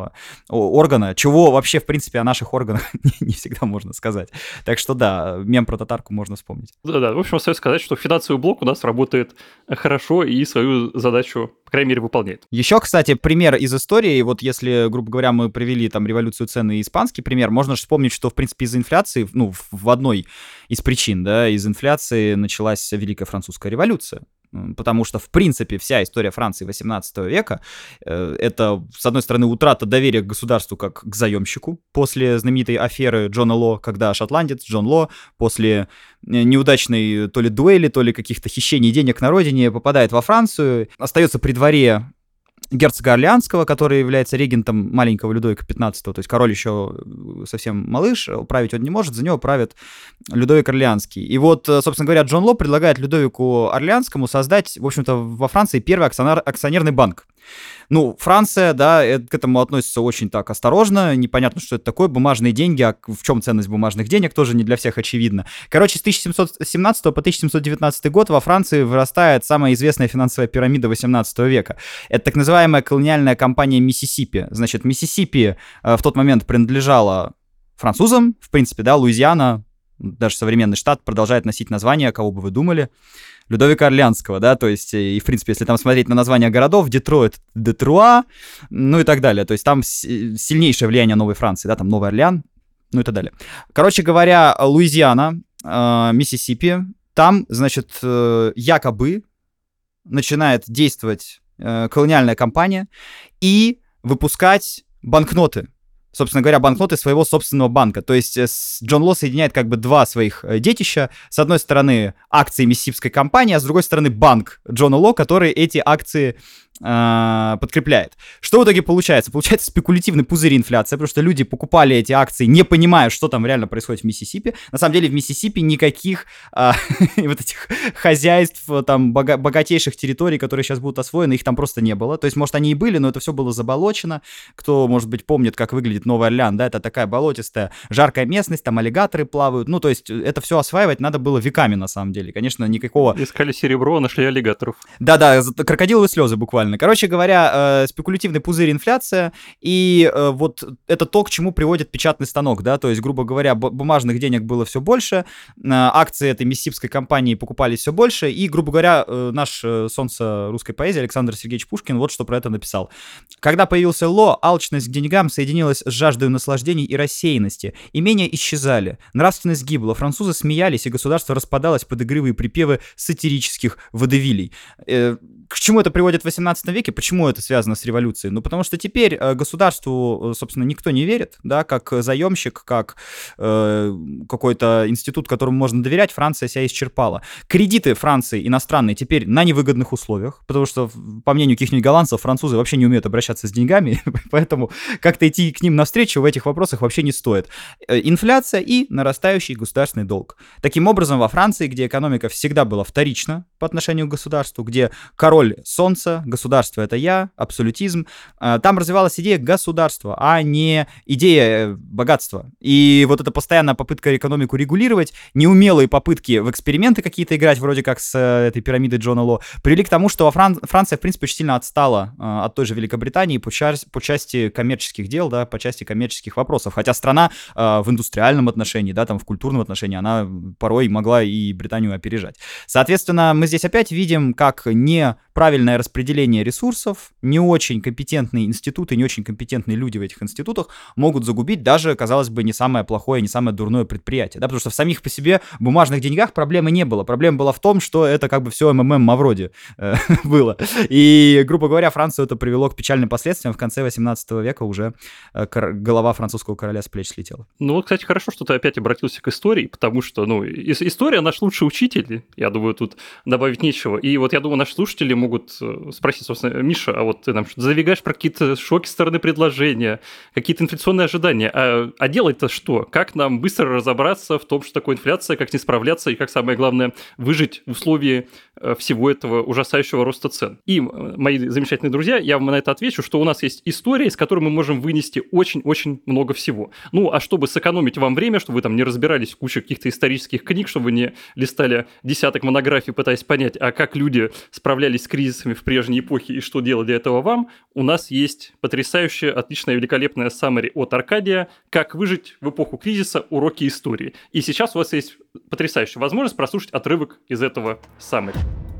государственного органа, чего вообще, в принципе, о наших органах не всегда можно сказать. Так что да, мем про татарку можно вспомнить. Да-да, в общем, остается сказать, что финансовый блок у нас работает хорошо и свою задачу, по крайней мере, выполняет. Еще, кстати, пример из истории, вот если, грубо говоря, мы привели там революцию цен и испанский пример, можно же вспомнить, что, в принципе, из инфляции, ну, в одной из причин, да, из инфляции началась Великая Французская революция. Потому что, в принципе, вся история Франции восемнадцатого века э, это, с одной стороны, утрата доверия к государству как к заемщику после знаменитой аферы Джона Ло, когда шотландец Джон Ло после неудачной то ли дуэли, то ли каких-то хищений денег на родине попадает во Францию, остается при дворе герцога Орлеанского, который является регентом маленького Людовика пятнадцатого, то есть король еще совсем малыш, править он не может, за него правит Людовик Орлеанский. И вот, собственно говоря, Джон Ло предлагает Людовику Орлеанскому создать, в общем-то, во Франции первый акционер, акционерный банк. Ну, Франция, да, к этому относится очень так осторожно, непонятно, что это такое, бумажные деньги, а в чем ценность бумажных денег, тоже не для всех очевидно. Короче, с тысяча семьсот семнадцатого по тысяча семьсот девятнадцатый год во Франции вырастает самая известная финансовая пирамида восемнадцатого века. Это так называемая колониальная компания Миссисипи. Значит, Миссисипи э, в тот момент принадлежала французам, в принципе, да, Луизиана, даже современный штат, продолжает носить название, кого бы вы думали, Людовика Орлеанского, да, то есть, и, в принципе, если там смотреть на названия городов, Детройт, Детруа, ну и так далее, то есть там сильнейшее влияние Новой Франции, да, там Новый Орлеан, ну и так далее. Короче говоря, Луизиана, э, Миссисипи, там, значит, э, якобы начинает действовать э, колониальная компания и выпускать банкноты. Собственно говоря, банкноты своего собственного банка. То есть Джон Ло соединяет как бы два своих детища. С одной стороны, акции миссисипской компании, а с другой стороны, банк Джона Ло, который эти акции э, подкрепляет. Что в итоге получается? Получается спекулятивный пузырь инфляции, потому что люди покупали эти акции, не понимая, что там реально происходит в Миссисипи. На самом деле в Миссисипи никаких э, вот этих хозяйств, там, бога- богатейших территорий, которые сейчас будут освоены, их там просто не было. То есть, может, они и были, но это все было заболочено. Кто, может быть, помнит, как выглядит Новый Орлеан, да, это такая болотистая, жаркая местность, там аллигаторы плавают, ну, то есть это все осваивать надо было веками, на самом деле, конечно, никакого... Искали серебро, нашли аллигаторов. Да-да, крокодиловые слезы буквально. Короче говоря, э, спекулятивный пузырь, инфляция, и э, вот это то, к чему приводит печатный станок, да, то есть, грубо говоря, б- бумажных денег было все больше, э, акции этой миссисипской компании покупались все больше, и, грубо говоря, э, наш э, солнце русской поэзии Александр Сергеевич Пушкин вот что про это написал. Когда появился Ло, алчность к деньгам соединилась с жаждой наслаждений и рассеянности. Имения исчезали, нравственность гибла, французы смеялись, и государство распадалось под игривые припевы сатирических водевилей. Э, к чему это приводит в восемнадцатом веке? Почему это связано с революцией? Ну, потому что теперь э, государству, собственно, никто не верит, да, как заемщик, как э, какой-то институт, которому можно доверять, Франция себя исчерпала. Кредиты Франции иностранные теперь на невыгодных условиях, потому что, по мнению каких-нибудь голландцев, французы вообще не умеют обращаться с деньгами, поэтому как-то идти к ним навстречу в этих вопросах вообще не стоит. Инфляция и нарастающий государственный долг. Таким образом, во Франции, где экономика всегда была вторична по отношению к государству, где король солнца, государство — это я, абсолютизм, там развивалась идея государства, а не идея богатства. И вот эта постоянная попытка экономику регулировать, неумелые попытки в эксперименты какие-то играть, вроде как с этой пирамидой Джона Ло, привели к тому, что во Фран... Франция, в принципе, очень сильно отстала от той же Великобритании по, ча... по части коммерческих дел, да, по части коммерческих вопросов. Хотя страна э, в индустриальном отношении, да, там в культурном отношении, она порой могла и Британию опережать. Соответственно, мы здесь опять видим, как неправильное распределение ресурсов, не очень компетентные институты, не очень компетентные люди в этих институтах могут загубить даже, казалось бы, не самое плохое, не самое дурное предприятие, да, потому что в самих по себе бумажных деньгах проблемы не было. Проблема была в том, что это как бы все МММ Мавроди э, было. И, грубо говоря, Францию это привело к печальным последствиям. В конце восемнадцатого века уже э, голова французского короля с плеч слетела. Ну вот, кстати, хорошо, что ты опять обратился к истории, потому что, ну, история наш лучший учитель, я думаю, тут добавить нечего. И вот я думаю, наши слушатели могут спросить, собственно, Миша, а вот ты нам что-то забегаешь про какие-то шоки со стороны предложения, какие-то инфляционные ожидания, а, а делать-то что? Как нам быстро разобраться в том, что такое инфляция, как не справляться и как, самое главное, выжить в условии всего этого ужасающего роста цен? И, мои замечательные друзья, я вам на это отвечу, что у нас есть история, из которой мы можем вынести очень-очень много всего. Ну, а чтобы сэкономить вам время, чтобы вы там не разбирались в куче каких-то исторических книг, чтобы вы не листали десяток монографий, пытаясь понять, а как люди справлялись с кризисами в прежней эпохе и что делать для этого вам, у нас есть потрясающая, отличная, великолепная summary от Аркадия «Как выжить в эпоху кризиса. Уроки истории». И сейчас у вас есть потрясающая возможность прослушать отрывок из этого summary.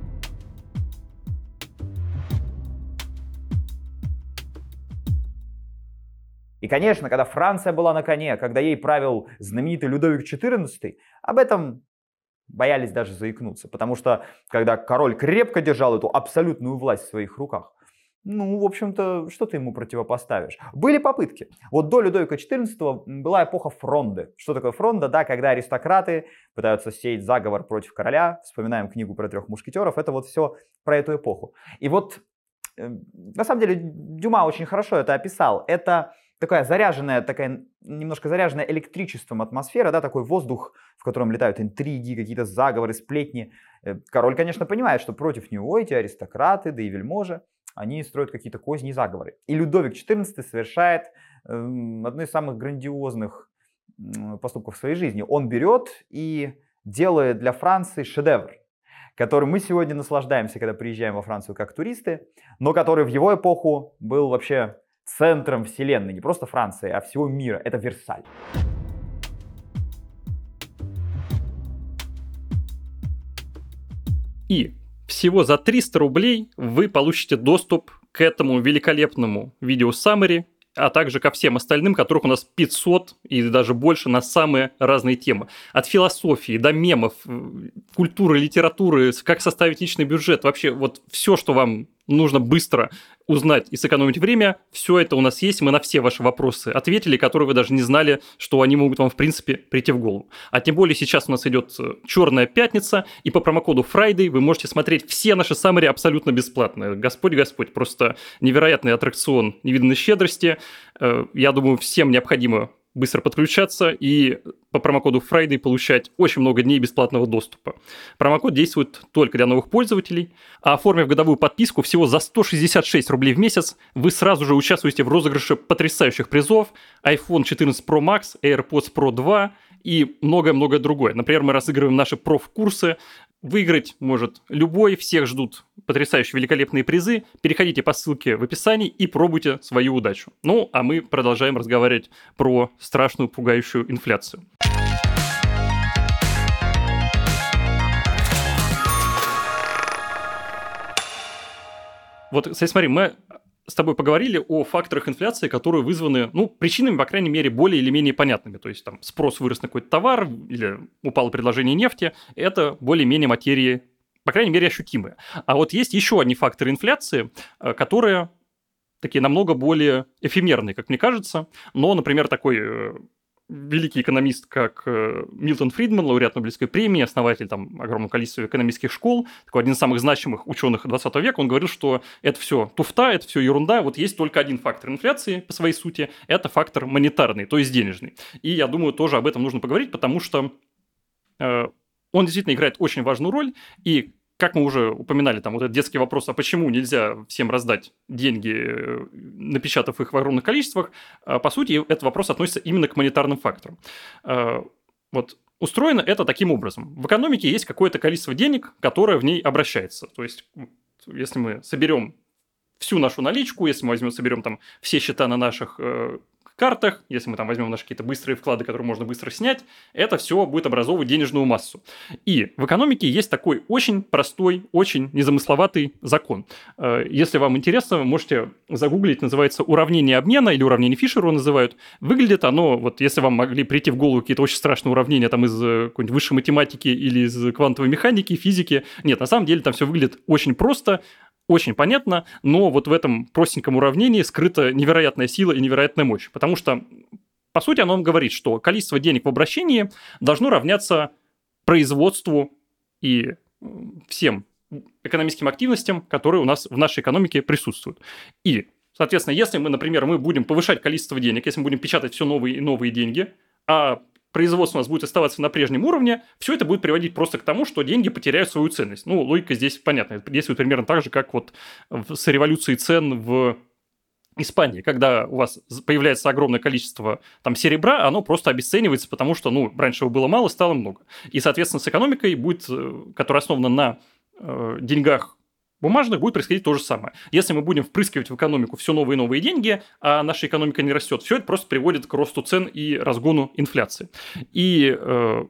И, конечно, когда Франция была на коне, когда ей правил знаменитый Людовик четырнадцатый, об этом боялись даже заикнуться, потому что когда король крепко держал эту абсолютную власть в своих руках, ну, в общем-то, что ты ему противопоставишь? Были попытки. Вот до Людовика четырнадцатого была эпоха фронды. Что такое фронда? Да, когда аристократы пытаются сеять заговор против короля. Вспоминаем книгу про трех мушкетеров. Это вот все про эту эпоху. И вот, на самом деле, Дюма очень хорошо это описал. Это такая заряженная, такая немножко заряженная электричеством атмосфера, да, такой воздух, в котором летают интриги, какие-то заговоры, сплетни. Король, конечно, понимает, что против него эти аристократы, да и вельможи, они строят какие-то козни и заговоры. И Людовик четырнадцатый совершает э, одно из самых грандиозных э, поступков в своей жизни. Он берет и делает для Франции шедевр, который мы сегодня наслаждаемся, когда приезжаем во Францию как туристы, но который в его эпоху был вообще центром вселенной, не просто Франции, а всего мира. Это Версаль. И всего за триста рублей вы получите доступ к этому великолепному видео-саммари, а также ко всем остальным, которых у нас пятьсот и даже больше на самые разные темы. От философии до мемов, культуры, литературы, как составить личный бюджет. Вообще вот все, что вам нужно быстро узнать и сэкономить время, все это у нас есть. Мы на все ваши вопросы ответили, которые вы даже не знали, что они могут вам, в принципе, прийти в голову. А тем более сейчас у нас идет Черная пятница, и по промокоду Friday вы можете смотреть все наши саммари абсолютно бесплатно. Господь, Господь, просто невероятный аттракцион невиданной щедрости. Я думаю, всем необходимо быстро подключаться и по промокоду Friday получать очень много дней бесплатного доступа. Промокод действует только для новых пользователей, а оформив годовую подписку всего за сто шестьдесят шесть рублей в месяц, вы сразу же участвуете в розыгрыше потрясающих призов: айфон четырнадцать про макс, AirPods про два и многое-многое другое. Например, мы разыгрываем наши проф-курсы. Выиграть может любой, всех ждут потрясающие великолепные призы. Переходите по ссылке в описании и пробуйте свою удачу. Ну, а мы продолжаем разговаривать про страшную, пугающую инфляцию. Вот, смотри, мы с тобой поговорили о факторах инфляции, которые вызваны, ну, причинами, по крайней мере, более или менее понятными. То есть, там, спрос вырос на какой-то товар или упало предложение нефти. Это более-менее материи, по крайней мере, ощутимые. А вот есть еще одни факторы инфляции, которые такие намного более эфемерные, как мне кажется. Но, например, такой великий экономист, как Милтон Фридман, лауреат Нобелевской премии, основатель там огромного количества экономических школ, такой один из самых значимых ученых двадцатого века, он говорил, что это все туфта, это все ерунда, вот есть только один фактор инфляции по своей сути, это фактор монетарный, то есть денежный. И я думаю, тоже об этом нужно поговорить, потому что э, он действительно играет очень важную роль, и как мы уже упоминали, там вот этот детский вопрос, а почему нельзя всем раздать деньги, напечатав их в огромных количествах, по сути, этот вопрос относится именно к монетарным факторам. Вот устроено это таким образом. В экономике есть какое-то количество денег, которое в ней обращается. То есть, если мы соберем всю нашу наличку, если мы возьмем, соберем там все счета на наших картах, если мы там возьмем наши какие-то быстрые вклады, которые можно быстро снять, это все будет образовывать денежную массу. И в экономике есть такой очень простой, очень незамысловатый закон. Если вам интересно, вы можете загуглить, называется уравнение обмена или уравнение Фишера его называют. Выглядит оно, вот если вам могли прийти в голову какие-то очень страшные уравнения там из какой-нибудь высшей математики или из квантовой механики, физики, нет, на самом деле там все выглядит очень просто, очень понятно, но вот в этом простеньком уравнении скрыта невероятная сила и невероятная мощь. Потому что, по сути, оно вам говорит, что количество денег в обращении должно равняться производству и всем экономическим активностям, которые у нас в нашей экономике присутствуют. И, соответственно, если мы, например, мы будем повышать количество денег, если мы будем печатать все новые и новые деньги, а производство у нас будет оставаться на прежнем уровне, все это будет приводить просто к тому, что деньги потеряют свою ценность. Ну, логика здесь понятна. Это действует примерно так же, как вот с революцией цен в Испании. Когда у вас появляется огромное количество там серебра, оно просто обесценивается, потому что, ну, раньше его было мало, стало много. И, соответственно, с экономикой будет, которая основана на э, деньгах бумажных будет происходить то же самое. Если мы будем впрыскивать в экономику все новые и новые деньги, а наша экономика не растет, все это просто приводит к росту цен и разгону инфляции. И э,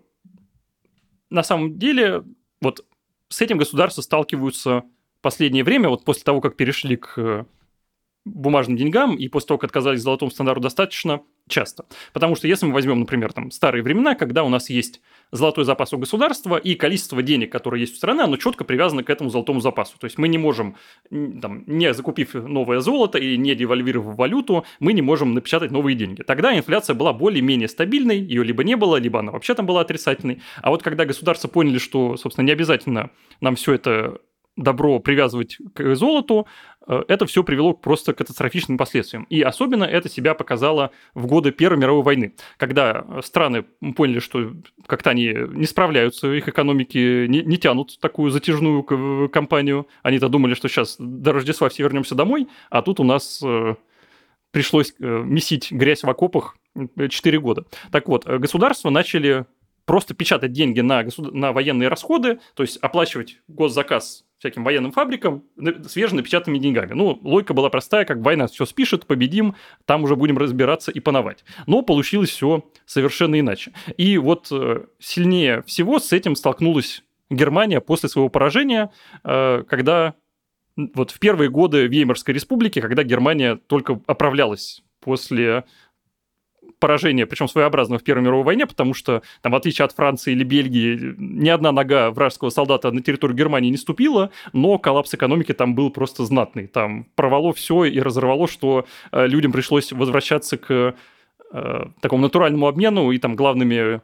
на самом деле вот с этим государства сталкиваются в последнее время, вот после того, как перешли к бумажным деньгам и после того, как отказались от золотому стандарту, достаточно часто. Потому что если мы возьмем, например, там, старые времена, когда у нас есть золотой запас у государства, и количество денег, которое есть у страны, оно четко привязано к этому золотому запасу. То есть мы не можем, там, не закупив новое золото и не девальвировав валюту, мы не можем напечатать новые деньги. Тогда инфляция была более-менее стабильной, ее либо не было, либо она вообще там была отрицательной. А вот когда государства поняли, что, собственно, не обязательно нам все это добро привязывать к золоту, это все привело к просто катастрофичным последствиям. И особенно это себя показало в годы Первой мировой войны, когда страны поняли, что как-то они не справляются, их экономики не, не тянут такую затяжную кампанию. Они-то думали, что сейчас до Рождества все вернемся домой, а тут у нас э, пришлось э, месить грязь в окопах четыре года. Так вот, государства начали просто печатать деньги на, государ... на военные расходы, то есть оплачивать госзаказ всяким военным фабрикам свеженапечатанными деньгами. Ну, логика была простая, как война все спишет, победим, там уже будем разбираться и пановать. Но получилось все совершенно иначе. И вот сильнее всего с этим столкнулась Германия после своего поражения, когда вот в первые годы Веймарской республики, когда Германия только оправлялась после поражение, причем своеобразное в Первой мировой войне, потому что, там, в отличие от Франции или Бельгии, ни одна нога вражеского солдата на территорию Германии не ступила, но коллапс экономики там был просто знатный. Там порвало все и разорвало, что э, людям пришлось возвращаться к э, такому натуральному обмену, и там главными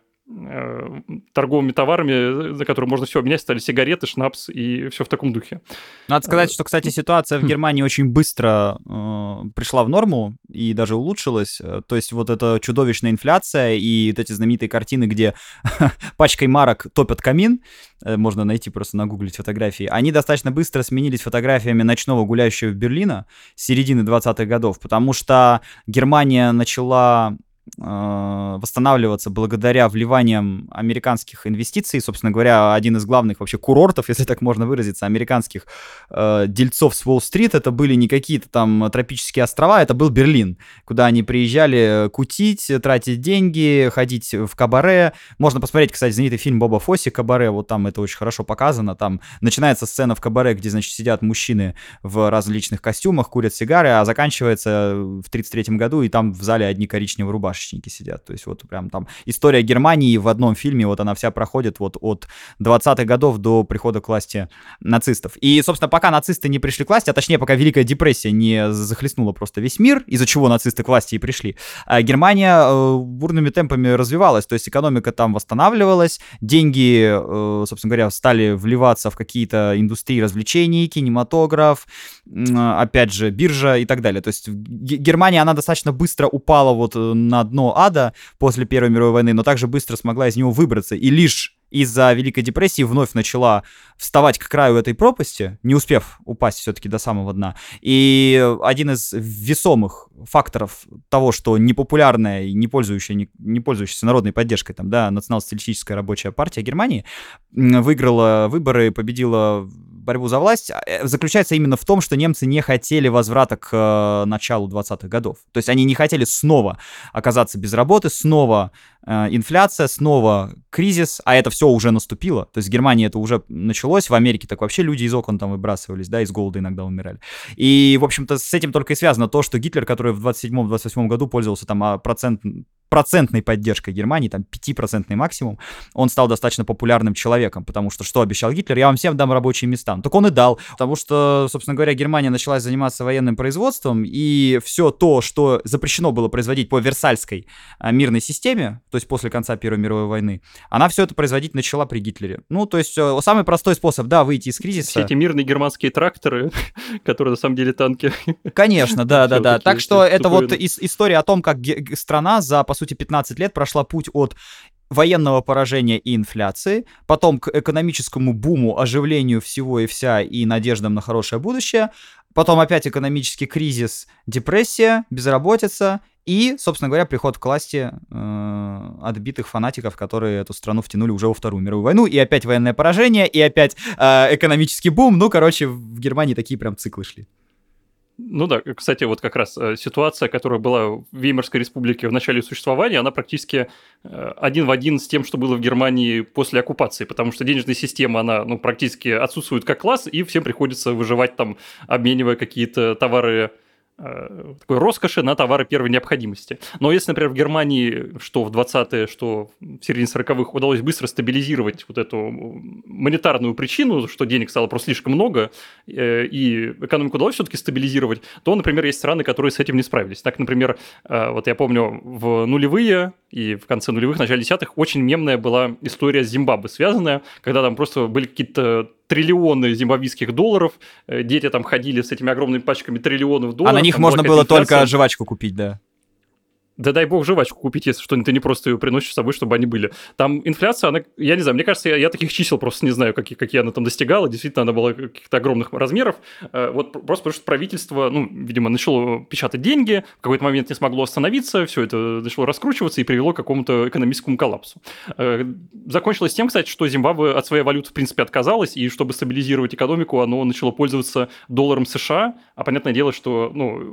э, торговыми товарами, за которые можно все обменять, стали сигареты, шнапс и все в таком духе. Надо сказать, что, кстати, ситуация в Германии очень быстро э, пришла в норму и даже улучшилась. То есть вот эта чудовищная инфляция и вот эти знаменитые картины, где пачкой марок топят камин, э, можно найти, просто нагуглить фотографии, они достаточно быстро сменились фотографиями ночного гуляющего Берлина с середины двадцатых годов, потому что Германия начала восстанавливаться благодаря вливаниям американских инвестиций. Собственно говоря, один из главных вообще курортов, если так можно выразиться, американских э, дельцов с Уолл-стрит, это были не какие-то там тропические острова, это был Берлин, куда они приезжали кутить, тратить деньги, ходить в кабаре. Можно посмотреть, кстати, знаменитый фильм Боба Фосси «Кабаре», вот там это очень хорошо показано. Там начинается сцена в кабаре, где, значит, сидят мужчины в различных костюмах, курят сигары, а заканчивается в тридцать третьем году, и там в зале одни коричневые рубашки сидят. То есть вот прям там история Германии в одном фильме, вот она вся проходит вот от двадцатых годов до прихода к власти нацистов. И, собственно, пока нацисты не пришли к власти, а точнее, пока Великая депрессия не захлестнула просто весь мир, из-за чего нацисты к власти и пришли, Германия э, бурными темпами развивалась, то есть экономика там восстанавливалась, деньги, э, собственно говоря, стали вливаться в какие-то индустрии развлечений, кинематограф, э, опять же, биржа и так далее. То есть Германия, она достаточно быстро упала вот на дно ада после Первой мировой войны, но также быстро смогла из него выбраться. И лишь из-за Великой депрессии вновь начала вставать к краю этой пропасти, не успев упасть все-таки до самого дна. И один из весомых факторов того, что непопулярная и не пользующаяся, не, не пользующаяся народной поддержкой там, да, национал-социалистическая рабочая партия Германии выиграла выборы, победила борьбу за власть, заключается именно в том, что немцы не хотели возврата к э, началу двадцатых годов. То есть они не хотели снова оказаться без работы, снова э, инфляция, снова кризис, а это все уже наступило. То есть в Германии это уже началось, в Америке так вообще люди из окон там выбрасывались, да, из голода иногда умирали. И, в общем-то, с этим только и связано то, что Гитлер, который в двадцать седьмом - двадцать восьмом году пользовался там процент... процентной поддержкой Германии, там пятипроцентный максимум, он стал достаточно популярным человеком, потому что что обещал Гитлер? Я вам всем дам рабочие места. Ну, так он и дал, потому что, собственно говоря, Германия начала заниматься военным производством, и все то, что запрещено было производить по Версальской а, мирной системе, то есть после конца Первой мировой войны, она все это производить начала при Гитлере. Ну, то есть самый простой способ, да, выйти из кризиса. Все эти мирные германские тракторы, которые на самом деле танки. Конечно, да-да-да. Так что это вот история о том, как страна за, по сути, пятнадцать лет прошла путь от военного поражения и инфляции, потом к экономическому буму, оживлению всего и вся и надеждам на хорошее будущее, потом опять экономический кризис, депрессия, безработица И, собственно говоря, приход к власти э, отбитых фанатиков, которые эту страну втянули уже во Вторую мировую войну. И опять военное поражение, и опять э, экономический бум. Ну, короче, в Германии такие прям циклы шли. Ну да, кстати, вот как раз э, ситуация, которая была в Веймарской республике в начале существования, она практически э, один в один с тем, что было в Германии после оккупации, потому что денежная система, она ну, практически отсутствует как класс, и всем приходится выживать там, обменивая какие-то товары э, такой роскоши на товары первой необходимости. Но если, например, в Германии, что в двадцатые, что в середине сороковых удалось быстро стабилизировать вот эту монетарную причину, что денег стало просто слишком много, э, и экономику удалось все-таки стабилизировать, то, например, есть страны, которые с этим не справились. Так, например, э, вот я помню, в нулевые и в конце нулевых, начале десятых очень мемная была история с Зимбабве связанная, когда там просто были какие-то триллионы зимбабвийских долларов, дети там ходили с этими огромными пачками триллионов долларов. А на них можно было только жвачку купить, да. Да дай бог жвачку купить, если что, ты не просто ее приносишь с собой, чтобы они были. Там инфляция, она, я не знаю, мне кажется, я, я таких чисел просто не знаю, какие, какие она там достигала. Действительно, она была каких-то огромных размеров. Вот просто потому что правительство, ну, видимо, начало печатать деньги, в какой-то момент не смогло остановиться, все это начало раскручиваться и привело к какому-то экономическому коллапсу. Закончилось тем, кстати, что Зимбабве от своей валюты, в принципе, отказалась, и чтобы стабилизировать экономику, оно начало пользоваться долларом США. А понятное дело, что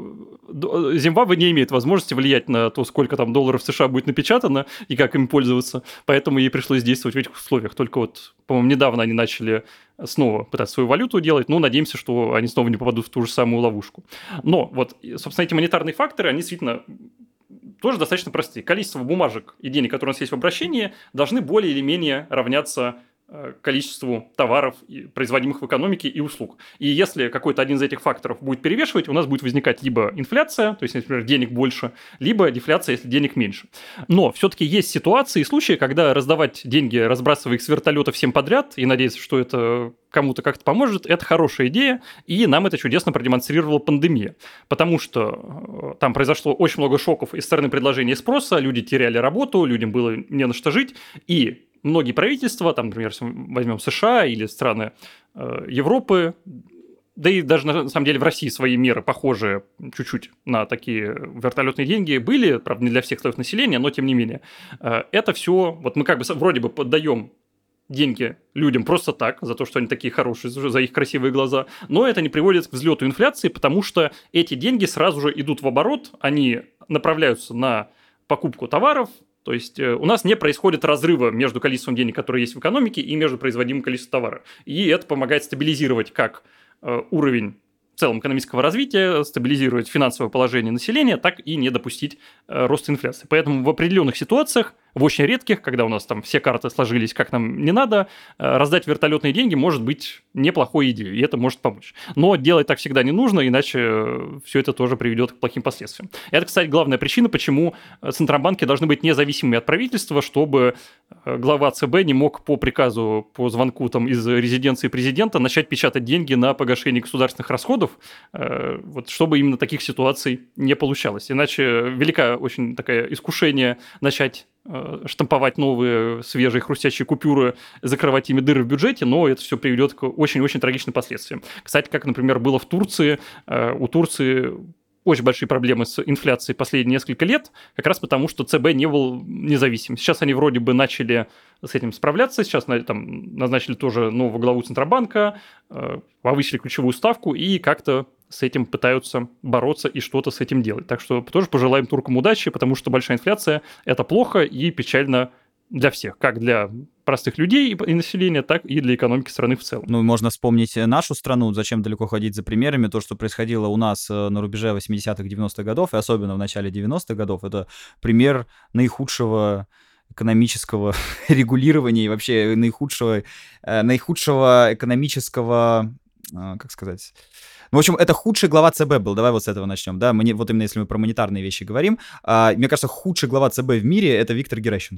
ну, Зимбабве не имеет возможности влиять на то, сколько там долларов США будет напечатано и как им пользоваться. Поэтому ей пришлось действовать в этих условиях. Только вот, по-моему, недавно они начали снова пытаться свою валюту делать, но надеемся, что они снова не попадут в ту же самую ловушку. Но вот, собственно, эти монетарные факторы, они действительно тоже достаточно простые. Количество бумажек и денег, которые у нас есть в обращении, должны более или менее равняться количеству товаров, производимых в экономике, и услуг. И если какой-то один из этих факторов будет перевешивать, у нас будет возникать либо инфляция, то есть, например, денег больше, либо дефляция, если денег меньше. Но все-таки есть ситуации и случаи, когда раздавать деньги, разбрасывая их с вертолета всем подряд, и надеяться, что это кому-то как-то поможет, это хорошая идея, и нам это чудесно продемонстрировала пандемия. Потому что там произошло очень много шоков из стороны предложения и спроса, люди теряли работу, людям было не на что жить, и многие правительства, там, например, возьмем США или страны э, Европы, да и даже, на самом деле, в России свои меры, похожие чуть-чуть на такие вертолетные деньги, были, правда, не для всех слоев населения, но тем не менее. Э, это все, вот мы как бы вроде бы поддаем деньги людям просто так, за то, что они такие хорошие, за их красивые глаза, но это не приводит к взлету инфляции, потому что эти деньги сразу же идут в оборот, они направляются на покупку товаров. То есть у нас не происходит разрыва между количеством денег, которые есть в экономике, и между производимым количеством товара. И это помогает стабилизировать как уровень в целом экономического развития, стабилизировать финансовое положение населения, так и не допустить роста инфляции. Поэтому в определенных ситуациях, в очень редких, когда у нас там все карты сложились как нам не надо, раздать вертолетные деньги может быть неплохой идеей, и это может помочь. Но делать так всегда не нужно, иначе все это тоже приведет к плохим последствиям. Это, кстати, главная причина, почему центробанки должны быть независимыми от правительства, чтобы глава ЦБ не мог по приказу, по звонку там, из резиденции президента начать печатать деньги на погашение государственных расходов, вот, чтобы именно таких ситуаций не получалось. Иначе велика очень такое искушение начать штамповать новые свежие хрустящие купюры, закрывать ими дыры в бюджете, но это все приведет к очень-очень трагичным последствиям. Кстати, как, например, было в Турции, у Турции очень большие проблемы с инфляцией последние несколько лет, как раз потому, что ЦБ не был независим. Сейчас они вроде бы начали с этим справляться, сейчас там назначили тоже нового главу Центробанка, повысили ключевую ставку и как-то с этим пытаются бороться и что-то с этим делать. Так что тоже пожелаем туркам удачи, потому что большая инфляция – это плохо и печально для всех, как для простых людей и населения, так и для экономики страны в целом. Ну, можно вспомнить нашу страну, зачем далеко ходить за примерами. То, что происходило у нас на рубеже восьмидесятых, девяностых годов, и особенно в начале девяностых годов, это пример наихудшего экономического регулирования и вообще наихудшего, наихудшего экономического, как сказать... Ну, в общем, это худший глава ЦБ был. Давай вот с этого начнем, да? Мы, вот именно если мы про монетарные вещи говорим. А, мне кажется, худший глава ЦБ в мире — это Виктор Геращенко.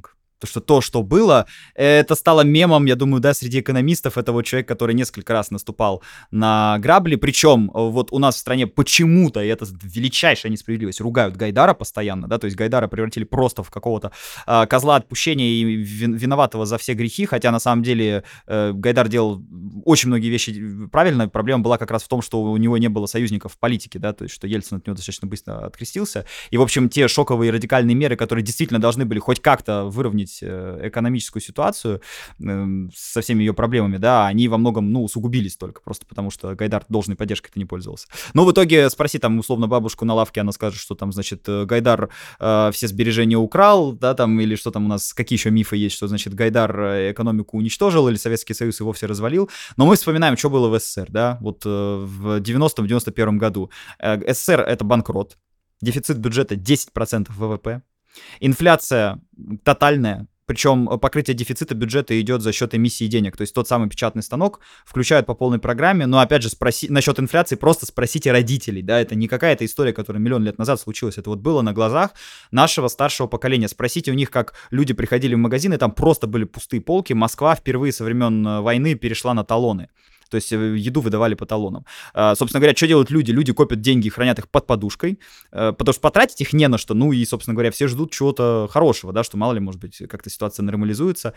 То, что то, что было, это стало мемом, я думаю, да, среди экономистов. Это вот человек, который несколько раз наступал на грабли. Причем вот у нас в стране почему-то, и это величайшая несправедливость, ругают Гайдара постоянно, да, то есть Гайдара превратили просто в какого-то э, козла отпущения и виноватого за все грехи, хотя на самом деле э, Гайдар делал очень многие вещи правильно. Проблема была как раз в том, что у него не было союзников в политике, да, то есть что Ельцин от него достаточно быстро открестился. И, в общем, те шоковые и радикальные меры, которые действительно должны были хоть как-то выровнять экономическую ситуацию э, со всеми ее проблемами, да, они во многом, ну, усугубились только просто потому, что Гайдар должной поддержкой-то не пользовался. Но в итоге спроси там условно бабушку на лавке, она скажет, что там, значит, Гайдар э, все сбережения украл, да, там, или что там у нас, какие еще мифы есть, что, значит, Гайдар экономику уничтожил или Советский Союз и вовсе развалил. Но мы вспоминаем, что было в СССР, да, вот э, в девяностом — девяносто первом году. Э, СССР — это банкрот, дефицит бюджета десять процентов ВВП, инфляция тотальная, причем покрытие дефицита бюджета идет за счет эмиссии денег, то есть тот самый печатный станок включают по полной программе, но опять же спроси, насчет инфляции просто спросите родителей, да, это не какая-то история, которая миллион лет назад случилась, это вот было на глазах нашего старшего поколения, спросите у них, как люди приходили в магазины, там просто были пустые полки, Москва впервые со времен войны перешла на талоны. То есть еду выдавали по талонам. А, собственно говоря, что делают люди? Люди копят деньги и хранят их под подушкой, а, потому что потратить их не на что. Ну и, собственно говоря, все ждут чего-то хорошего, да, что мало ли, может быть, как-то ситуация нормализуется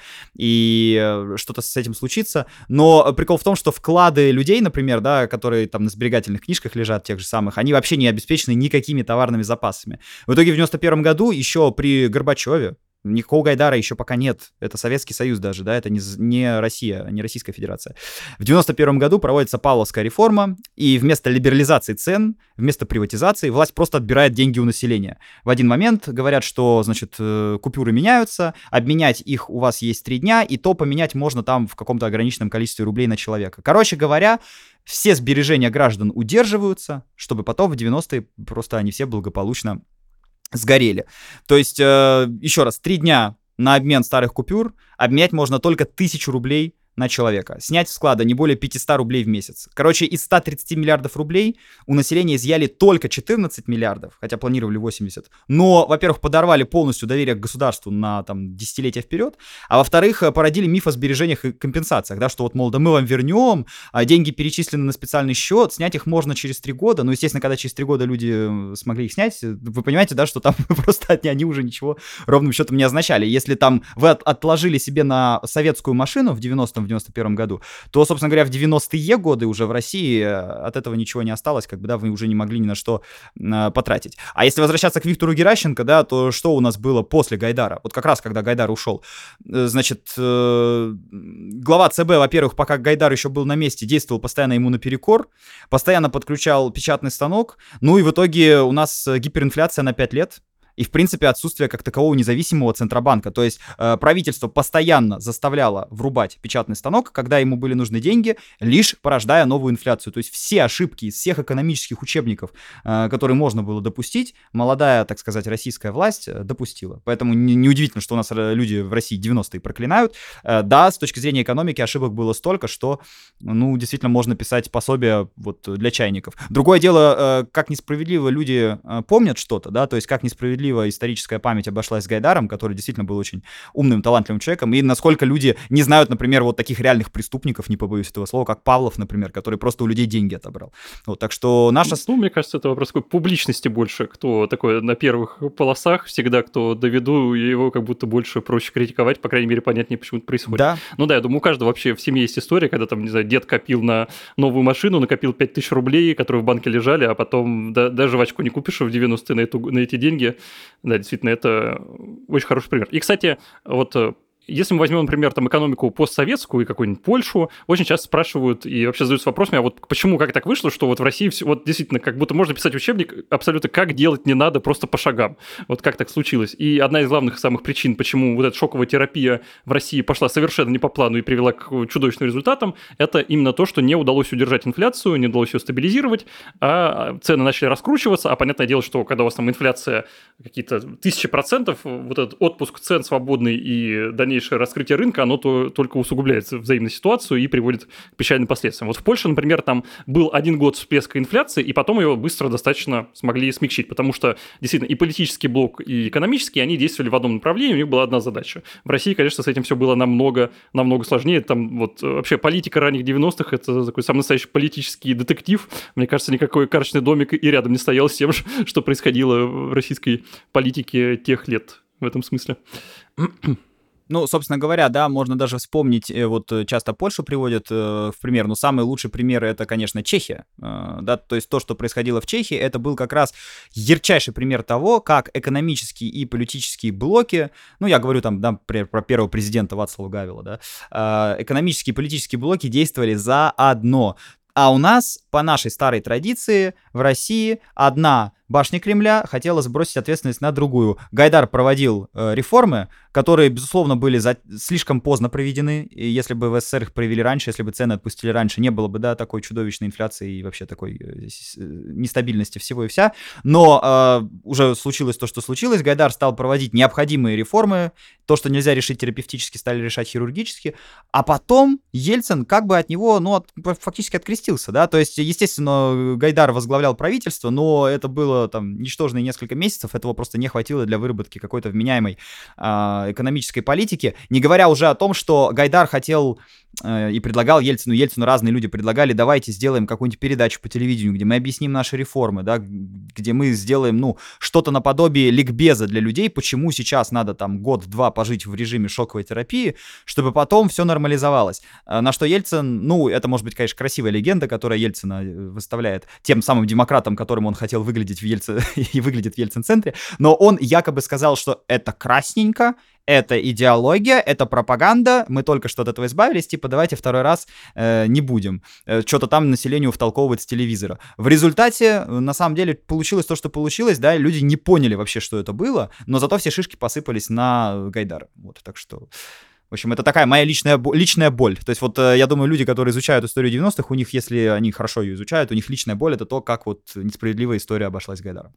и что-то с этим случится. Но прикол в том, что вклады людей, например, да, которые там на сберегательных книжках лежат, тех же самых, они вообще не обеспечены никакими товарными запасами. В итоге в девяносто первом году еще при Горбачеве, никакого Гайдара еще пока нет. Это Советский Союз даже, да, это не, не Россия, не Российская Федерация. В девяносто первом году проводится Павловская реформа, и вместо либерализации цен, вместо приватизации, власть просто отбирает деньги у населения. В один момент говорят, что, значит, купюры меняются, обменять их у вас есть три дня, и то поменять можно там в каком-то ограниченном количестве рублей на человека. Короче говоря, все сбережения граждан удерживаются, чтобы потом в девяностые просто они все благополучно сгорели. То есть, э, еще раз, три дня на обмен старых купюр обменять можно только тысячу рублей на человека. Снять с склада не более пятьсот рублей в месяц. Короче, из ста тридцати миллиардов рублей у населения изъяли только четырнадцать миллиардов, хотя планировали восемьдесят. Но, во-первых, подорвали полностью доверие к государству на там десятилетия вперед, а во-вторых, породили миф о сбережениях и компенсациях, да, что вот, мол, да мы вам вернем, а деньги перечислены на специальный счет, снять их можно через три года. Ну, естественно, когда через три года люди смогли их снять, вы понимаете, да, что там просто они уже ничего ровным счетом не означали. Если там вы от- отложили себе на советскую машину в девяностом в девяносто первом году, то, собственно говоря, в девяностые годы уже в России от этого ничего не осталось, как бы, да, вы уже не могли ни на что э, потратить. А если возвращаться к Виктору Геращенко, да, то что у нас было после Гайдара? Вот как раз, когда Гайдар ушел, э, значит, э, глава ЦБ, во-первых, пока Гайдар еще был на месте, действовал постоянно ему наперекор, постоянно подключал печатный станок, ну и в итоге у нас гиперинфляция на пять лет, и, в принципе, отсутствие как такового независимого Центробанка. То есть э, правительство постоянно заставляло врубать печатный станок, когда ему были нужны деньги, лишь порождая новую инфляцию. То есть все ошибки из всех экономических учебников, э, которые можно было допустить, молодая, так сказать, российская власть э, допустила. Поэтому неудивительно, что у нас люди в России девяностые проклинают. Э, да, с точки зрения экономики ошибок было столько, что, ну, действительно можно писать пособие вот для чайников. Другое дело, э, как несправедливо люди э, помнят что-то, да, то есть как несправедливо историческая память обошлась с Гайдаром, который действительно был очень умным, талантливым человеком, и насколько люди не знают, например, вот таких реальных преступников, не побоюсь этого слова, как Павлов, например, который просто у людей деньги отобрал. Вот, так что наша... Ну, мне кажется, это вопрос такой публичности больше, кто такой на первых полосах, всегда кто до виду, его как будто больше проще критиковать, по крайней мере, понятнее, почему это происходит. Да. Ну да, я думаю, у каждого вообще в семье есть история, когда там, не знаю, дед копил на новую машину, накопил пять тысяч рублей, которые в банке лежали, а потом да, даже жвачку не купишь в девяностые на, эту, на эти деньги. Да, действительно, это очень хороший пример. И, кстати, вот если мы возьмем, например, там экономику постсоветскую и какую-нибудь Польшу, очень часто спрашивают и вообще задаются вопросами, а вот почему, как так вышло, что вот в России все, вот действительно, как будто можно писать учебник абсолютно как делать не надо, просто по шагам. Вот как так случилось. И одна из главных самых причин, почему вот эта шоковая терапия в России пошла совершенно не по плану и привела к чудовищным результатам, это именно то, что не удалось удержать инфляцию, не удалось ее стабилизировать, а цены начали раскручиваться, а понятное дело, что когда у вас там инфляция какие-то тысячи процентов, вот этот отпуск цен свободный и дальнейший дальнейшее раскрытие рынка, оно то, только усугубляет взаимную ситуацию и приводит к печальным последствиям. Вот в Польше, например, там был один год всплеска инфляции, и потом ее быстро достаточно смогли смягчить, потому что действительно и политический блок, и экономический, они действовали в одном направлении, у них была одна задача. В России, конечно, с этим все было намного, намного сложнее. Там вот вообще политика ранних девяностых – это такой самый настоящий политический детектив. Мне кажется, никакой карточный домик и рядом не стоял с тем, что происходило в российской политике тех лет в этом смысле. Ну, собственно говоря, да, можно даже вспомнить, вот часто Польшу приводят э, в пример, но самый лучший пример это, конечно, Чехия, э, да, то есть то, что происходило в Чехии, это был как раз ярчайший пример того, как экономические и политические блоки, ну, я говорю там, да, про, про первого президента Вацлава Гавела, да, э, экономические и политические блоки действовали заодно. А у нас, по нашей старой традиции, в России одна башня Кремля хотела сбросить ответственность на другую. Гайдар проводил э, реформы, которые, безусловно, были за... слишком поздно проведены. И если бы в СССР их провели раньше, если бы цены отпустили раньше, не было бы, да, такой чудовищной инфляции и вообще такой э, нестабильности всего и вся. Но э, уже случилось то, что случилось. Гайдар стал проводить необходимые реформы. То, что нельзя решить терапевтически, стали решать хирургически. А потом Ельцин как бы от него, ну, от, фактически открестился, да. То есть, естественно, Гайдар возглавлял правительство, но это было там ничтожные несколько месяцев, этого просто не хватило для выработки какой-то вменяемой э, экономической политики, не говоря уже о том, что Гайдар хотел э, и предлагал Ельцину, Ельцину разные люди предлагали, давайте сделаем какую-нибудь передачу по телевидению, где мы объясним наши реформы, да, где мы сделаем, ну, что-то наподобие ликбеза для людей, почему сейчас надо там год-два пожить в режиме шоковой терапии, чтобы потом все нормализовалось. На что Ельцин, ну, это может быть, конечно, красивая легенда, которая Ельцина выставляет тем самым демократом, которым он хотел выглядеть в Ельцин, и выглядит в Ельцин-центре, но он якобы сказал, что это красненько, это идеология, это пропаганда, мы только что от этого избавились, типа давайте второй раз э, не будем. Э, что-то там населению втолковывать с телевизора. В результате, на самом деле, получилось то, что получилось, да, люди не поняли вообще, что это было, но зато все шишки посыпались на Гайдара. Вот, так что... В общем, это такая моя личная, личная боль. То есть вот я думаю, люди, которые изучают историю девяностых, у них, если они хорошо ее изучают, у них личная боль — это то, как вот несправедливая история обошлась Гайдаром.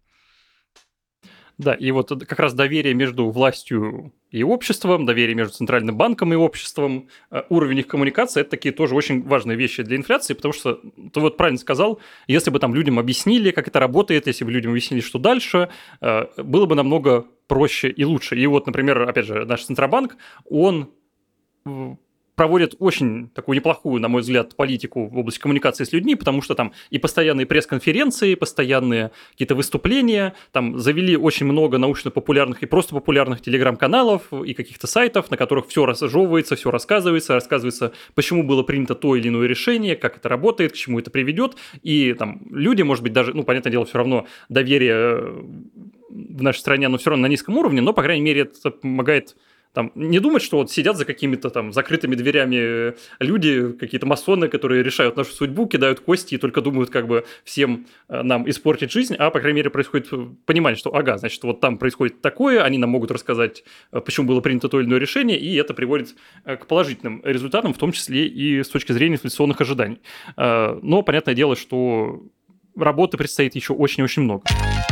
Да, и вот как раз доверие между властью и обществом, доверие между Центральным банком и обществом, уровень их коммуникации – это такие тоже очень важные вещи для инфляции, потому что, ты вот правильно сказал, если бы там людям объяснили, как это работает, если бы людям объяснили, что дальше, было бы намного проще и лучше. И вот, например, опять же, наш Центробанк, он проводит очень такую неплохую, на мой взгляд, политику в области коммуникации с людьми, потому что там и постоянные пресс-конференции, постоянные какие-то выступления, там завели очень много научно-популярных и просто популярных телеграм-каналов и каких-то сайтов, на которых все разжевывается, все рассказывается, рассказывается, почему было принято то или иное решение, как это работает, к чему это приведет, и там люди, может быть, даже, ну, понятное дело, все равно доверие в нашей стране, оно все равно на низком уровне, но, по крайней мере, это помогает там не думать, что вот сидят за какими-то там закрытыми дверями люди, какие-то масоны, которые решают нашу судьбу, кидают кости и только думают, как бы всем нам испортить жизнь, а, по крайней мере, происходит понимание, что, ага, значит, вот там происходит такое, они нам могут рассказать, почему было принято то или иное решение, и это приводит к положительным результатам, в том числе и с точки зрения инфляционных ожиданий. Но, понятное дело, что работы предстоит еще очень-очень много.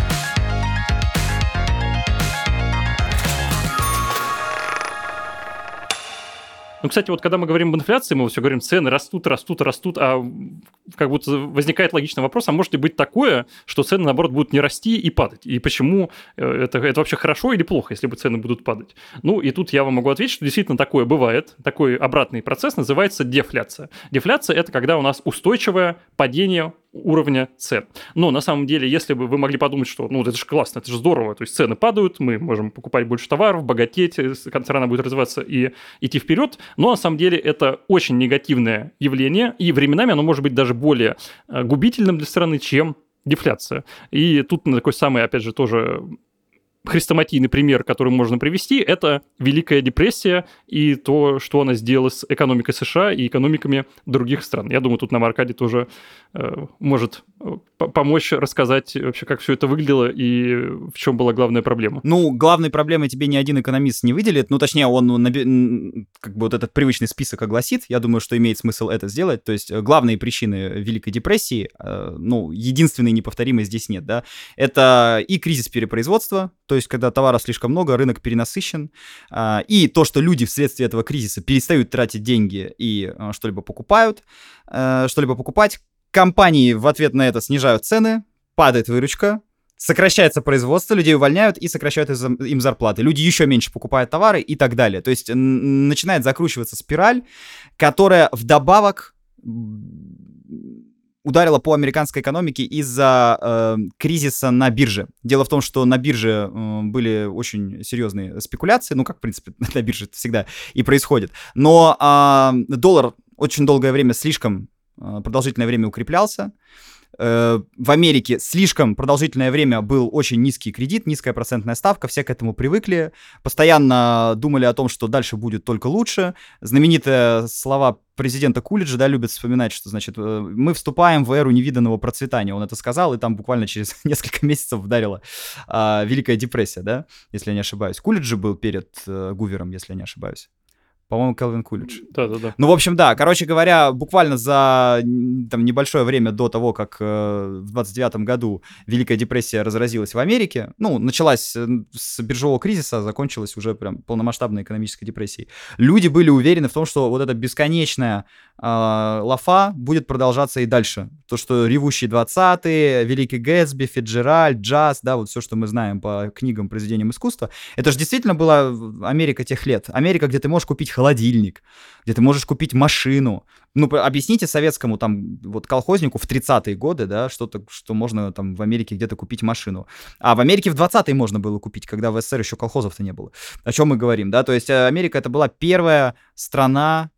Ну, кстати, вот когда мы говорим об инфляции, мы все говорим, цены растут, растут, растут, а как будто возникает логичный вопрос, а может ли быть такое, что цены, наоборот, будут не расти и падать? И почему это, это вообще хорошо или плохо, если бы цены будут падать? Ну, и тут я вам могу ответить, что действительно такое бывает. Такой обратный процесс называется дефляция. Дефляция – это когда у нас устойчивое падение уровня цен. Но на самом деле, если бы вы могли подумать, что ну, это же классно, это же здорово, то есть цены падают, мы можем покупать больше товаров, богатеть, страна будет развиваться и идти вперед, но на самом деле это очень негативное явление, и временами оно может быть даже более губительным для страны, чем дефляция. И тут такой самый, опять же, тоже хрестоматийный пример, который можно привести, это Великая депрессия и то, что она сделала с экономикой США и экономиками других стран. Я думаю, тут нам Аркадий тоже э, может помочь рассказать вообще, как все это выглядело и в чем была главная проблема. Ну, главной проблемой тебе ни один экономист не выделит. Ну, точнее, он наби... как бы вот этот привычный список огласит. Я думаю, что имеет смысл это сделать. То есть главные причины Великой депрессии, э, ну, единственной неповторимой здесь нет, да, это и кризис перепроизводства, то есть когда товара слишком много, рынок перенасыщен, а, и то, что люди вследствие этого кризиса перестают тратить деньги и а, что-либо покупают, а, что-либо покупать, компании в ответ на это снижают цены, падает выручка, сокращается производство, людей увольняют и сокращают им зарплаты. Люди еще меньше покупают товары и так далее. То есть начинает закручиваться спираль, которая вдобавок ударила по американской экономике из-за э, кризиса на бирже. Дело в том, что на бирже э, были очень серьезные спекуляции, ну, как, в принципе, на бирже это всегда и происходит. Но э, доллар очень долгое время, слишком э, продолжительное время укреплялся. Э, в Америке слишком продолжительное время был очень низкий кредит, низкая процентная ставка, все к этому привыкли, постоянно думали о том, что дальше будет только лучше. Знаменитые слова президента Кулиджа, да, любят вспоминать, что, значит, мы вступаем в эру невиданного процветания. Он это сказал, и там буквально через несколько месяцев вдарила а, Великая депрессия, да, если я не ошибаюсь. Кулидж же был перед а, Гувером, если я не ошибаюсь. По-моему, Келвин Кулидж. Да-да-да. Ну, в общем, да. Короче говоря, буквально за там, небольшое время до того, как э, в двадцать девятом году Великая депрессия разразилась в Америке, ну, началась с биржевого кризиса, закончилась уже прям полномасштабной экономической депрессией, люди были уверены в том, что вот эта бесконечная э, лафа будет продолжаться и дальше. То, что ревущие двадцатые, Великий Гэтсби, Фицджеральд, джаз, да, вот все, что мы знаем по книгам, произведениям искусства, это же действительно была Америка тех лет. Америка, где ты можешь купить холодильник, где ты можешь купить машину. Ну, объясните советскому там вот колхознику в тридцатые годы, да, что-то, что можно там в Америке где-то купить машину. А в Америке в двадцатые можно было купить, когда в СССР еще колхозов-то не было. О чем мы говорим, да? То есть Америка — это была первая страна,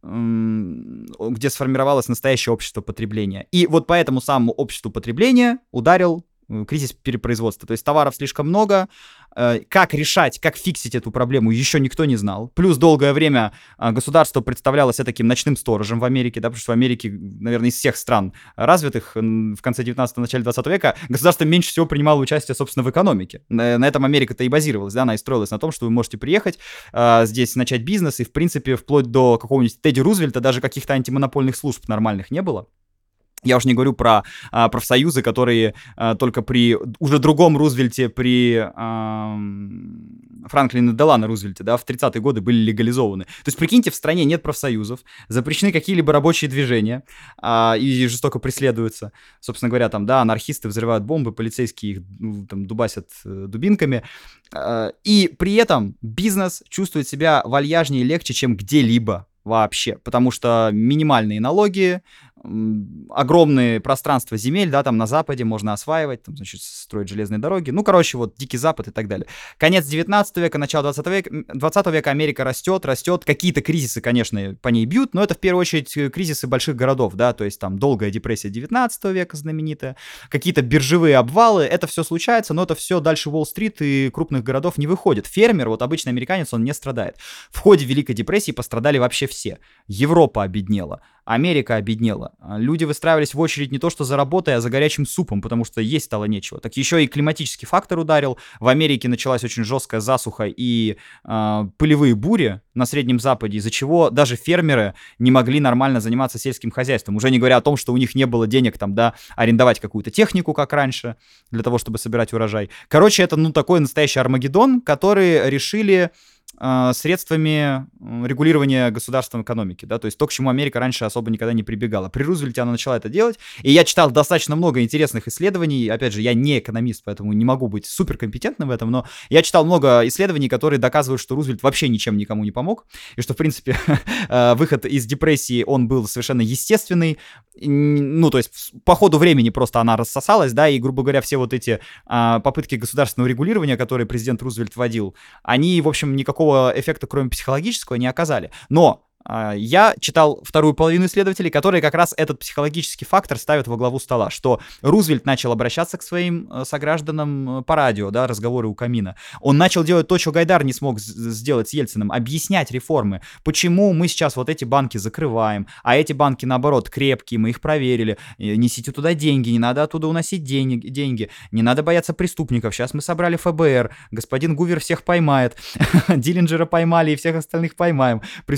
где сформировалось настоящее общество потребления. И вот по этому самому обществу потребления ударил кризис перепроизводства. То есть товаров слишком много. Как решать, как фиксить эту проблему, еще никто не знал. Плюс долгое время государство представлялось таким ночным сторожем в Америке, да, потому что в Америке, наверное, из всех стран развитых в конце девятнадцатого, начале двадцатого века государство меньше всего принимало участие, собственно, в экономике. На, на этом Америка-то и базировалась, да, она и строилась на том, что вы можете приехать, а, здесь начать бизнес, и, в принципе, вплоть до какого-нибудь Тедди Рузвельта даже каких-то антимонопольных служб нормальных не было. Я уж не говорю про а, профсоюзы, которые а, только при уже другом Рузвельте, при а, Франклине Делано Рузвельте, да, в тридцатые годы были легализованы. То есть, прикиньте, в стране нет профсоюзов, запрещены какие-либо рабочие движения а, и жестоко преследуются. Собственно говоря, там, да, анархисты взрывают бомбы, полицейские их ну, там дубасят э, дубинками. А, и при этом бизнес чувствует себя вальяжнее и легче, чем где-либо вообще, потому что минимальные налоги, огромные пространства земель, да, там на Западе можно осваивать, там, значит, строить железные дороги, ну, короче, вот Дикий Запад и так далее. Конец девятнадцатого века, начало двадцатого века, двадцатого века Америка растет, растет, какие-то кризисы, конечно, по ней бьют, но это в первую очередь кризисы больших городов, да, то есть там долгая депрессия девятнадцатого века знаменитая, какие-то биржевые обвалы, это все случается, но это все дальше Уолл-стрит и крупных городов не выходит. Фермер, вот обычный американец, он не страдает. В ходе Великой депрессии пострадали вообще все. Европа обеднела, Америка обеднела. Люди выстраивались в очередь не то что за работой, а за горячим супом, потому что есть стало нечего. Так еще и климатический фактор ударил. В Америке началась очень жесткая засуха и э, пылевые бури на Среднем Западе, из-за чего даже фермеры не могли нормально заниматься сельским хозяйством. Уже не говоря о том, что у них не было денег там, да, арендовать какую-то технику, как раньше, для того, чтобы собирать урожай. Короче, это, ну, такой настоящий Армагеддон, который решили средствами регулирования государственной экономики, да, то есть то, к чему Америка раньше особо никогда не прибегала. При Рузвельте она начала это делать, и я читал достаточно много интересных исследований, опять же, я не экономист, поэтому не могу быть суперкомпетентным в этом, но я читал много исследований, которые доказывают, что Рузвельт вообще ничем никому не помог, и что, в принципе, выход из депрессии, он был совершенно естественный, ну, то есть по ходу времени просто она рассосалась, да, и, грубо говоря, все вот эти попытки государственного регулирования, которые президент Рузвельт вводил, они, в общем, никакого эффекта, кроме психологического, не оказали. Но э, я читал вторую половину исследователей, которые как раз этот психологический фактор ставят во главу стола, что Рузвельт начал обращаться к своим э, согражданам по радио, да, разговоры у камина. Он начал делать то, что Гайдар не смог сделать с Ельциным, объяснять реформы, почему мы сейчас вот эти банки закрываем, а эти банки, наоборот, крепкие, мы их проверили, несите туда деньги, не надо оттуда уносить денег, деньги, не надо бояться преступников, сейчас мы собрали эф бэ эр, господин Гувер всех поймает, Диллинджера поймали и всех остальных поймаем. Преступности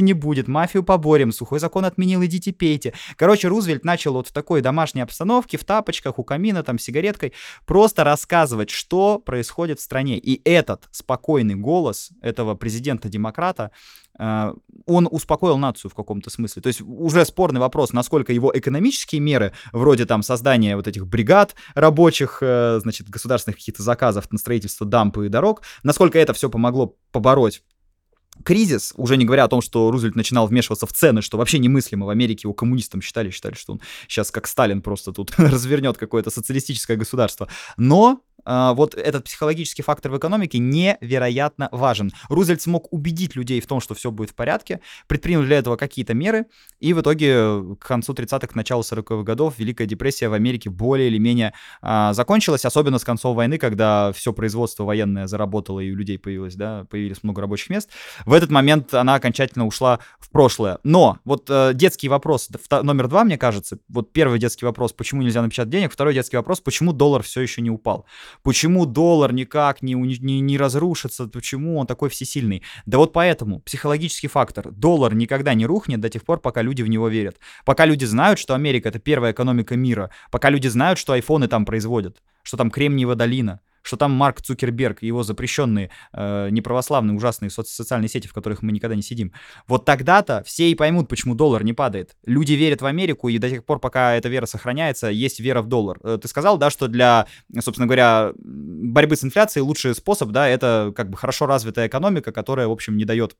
не будет, мафию поборем, сухой закон отменил, идите пейте. Короче, Рузвельт начал вот в такой домашней обстановке, в тапочках, у камина, там, с сигареткой, просто рассказывать, что происходит в стране. И этот спокойный голос этого президента-демократа, э, он успокоил нацию в каком-то смысле. То есть уже спорный вопрос, насколько его экономические меры, вроде там создания вот этих бригад рабочих, э, значит, государственных каких-то заказов на строительство дамб и дорог, насколько это все помогло побороть кризис, уже не говоря о том, что Рузвельт начинал вмешиваться в цены, что вообще немыслимо. В Америке его коммунистам считали, считали, что он сейчас как Сталин просто тут развернет какое-то социалистическое государство. Но Uh, вот этот психологический фактор в экономике невероятно важен. Рузвельт смог убедить людей в том, что все будет в порядке, предпринял для этого какие-то меры, и в итоге к концу тридцатых, к началу сороковых годов Великая депрессия в Америке более или менее uh, закончилась, особенно с концом войны, когда все производство военное заработало и у людей появилось, да, появились много рабочих мест. В этот момент она окончательно ушла в прошлое. Но вот uh, детский вопрос номер два, мне кажется, вот первый детский вопрос, почему нельзя напечатать денег, второй детский вопрос, почему доллар все еще не упал. Почему доллар никак не, не, не разрушится, почему он такой всесильный? Да вот поэтому психологический фактор. Доллар никогда не рухнет до тех пор, пока люди в него верят. Пока люди знают, что Америка — это первая экономика мира. Пока люди знают, что айфоны там производят, что там Кремниевая долина, что там Марк Цукерберг и его запрещенные, э, неправославные, ужасные соци- социальные сети, в которых мы никогда не сидим. Вот тогда-то все и поймут, почему доллар не падает. Люди верят в Америку, и до тех пор, пока эта вера сохраняется, есть вера в доллар. Э, ты сказал, да, что для, собственно говоря, борьбы с инфляцией лучший способ, да, это как бы хорошо развитая экономика, которая, в общем, не дает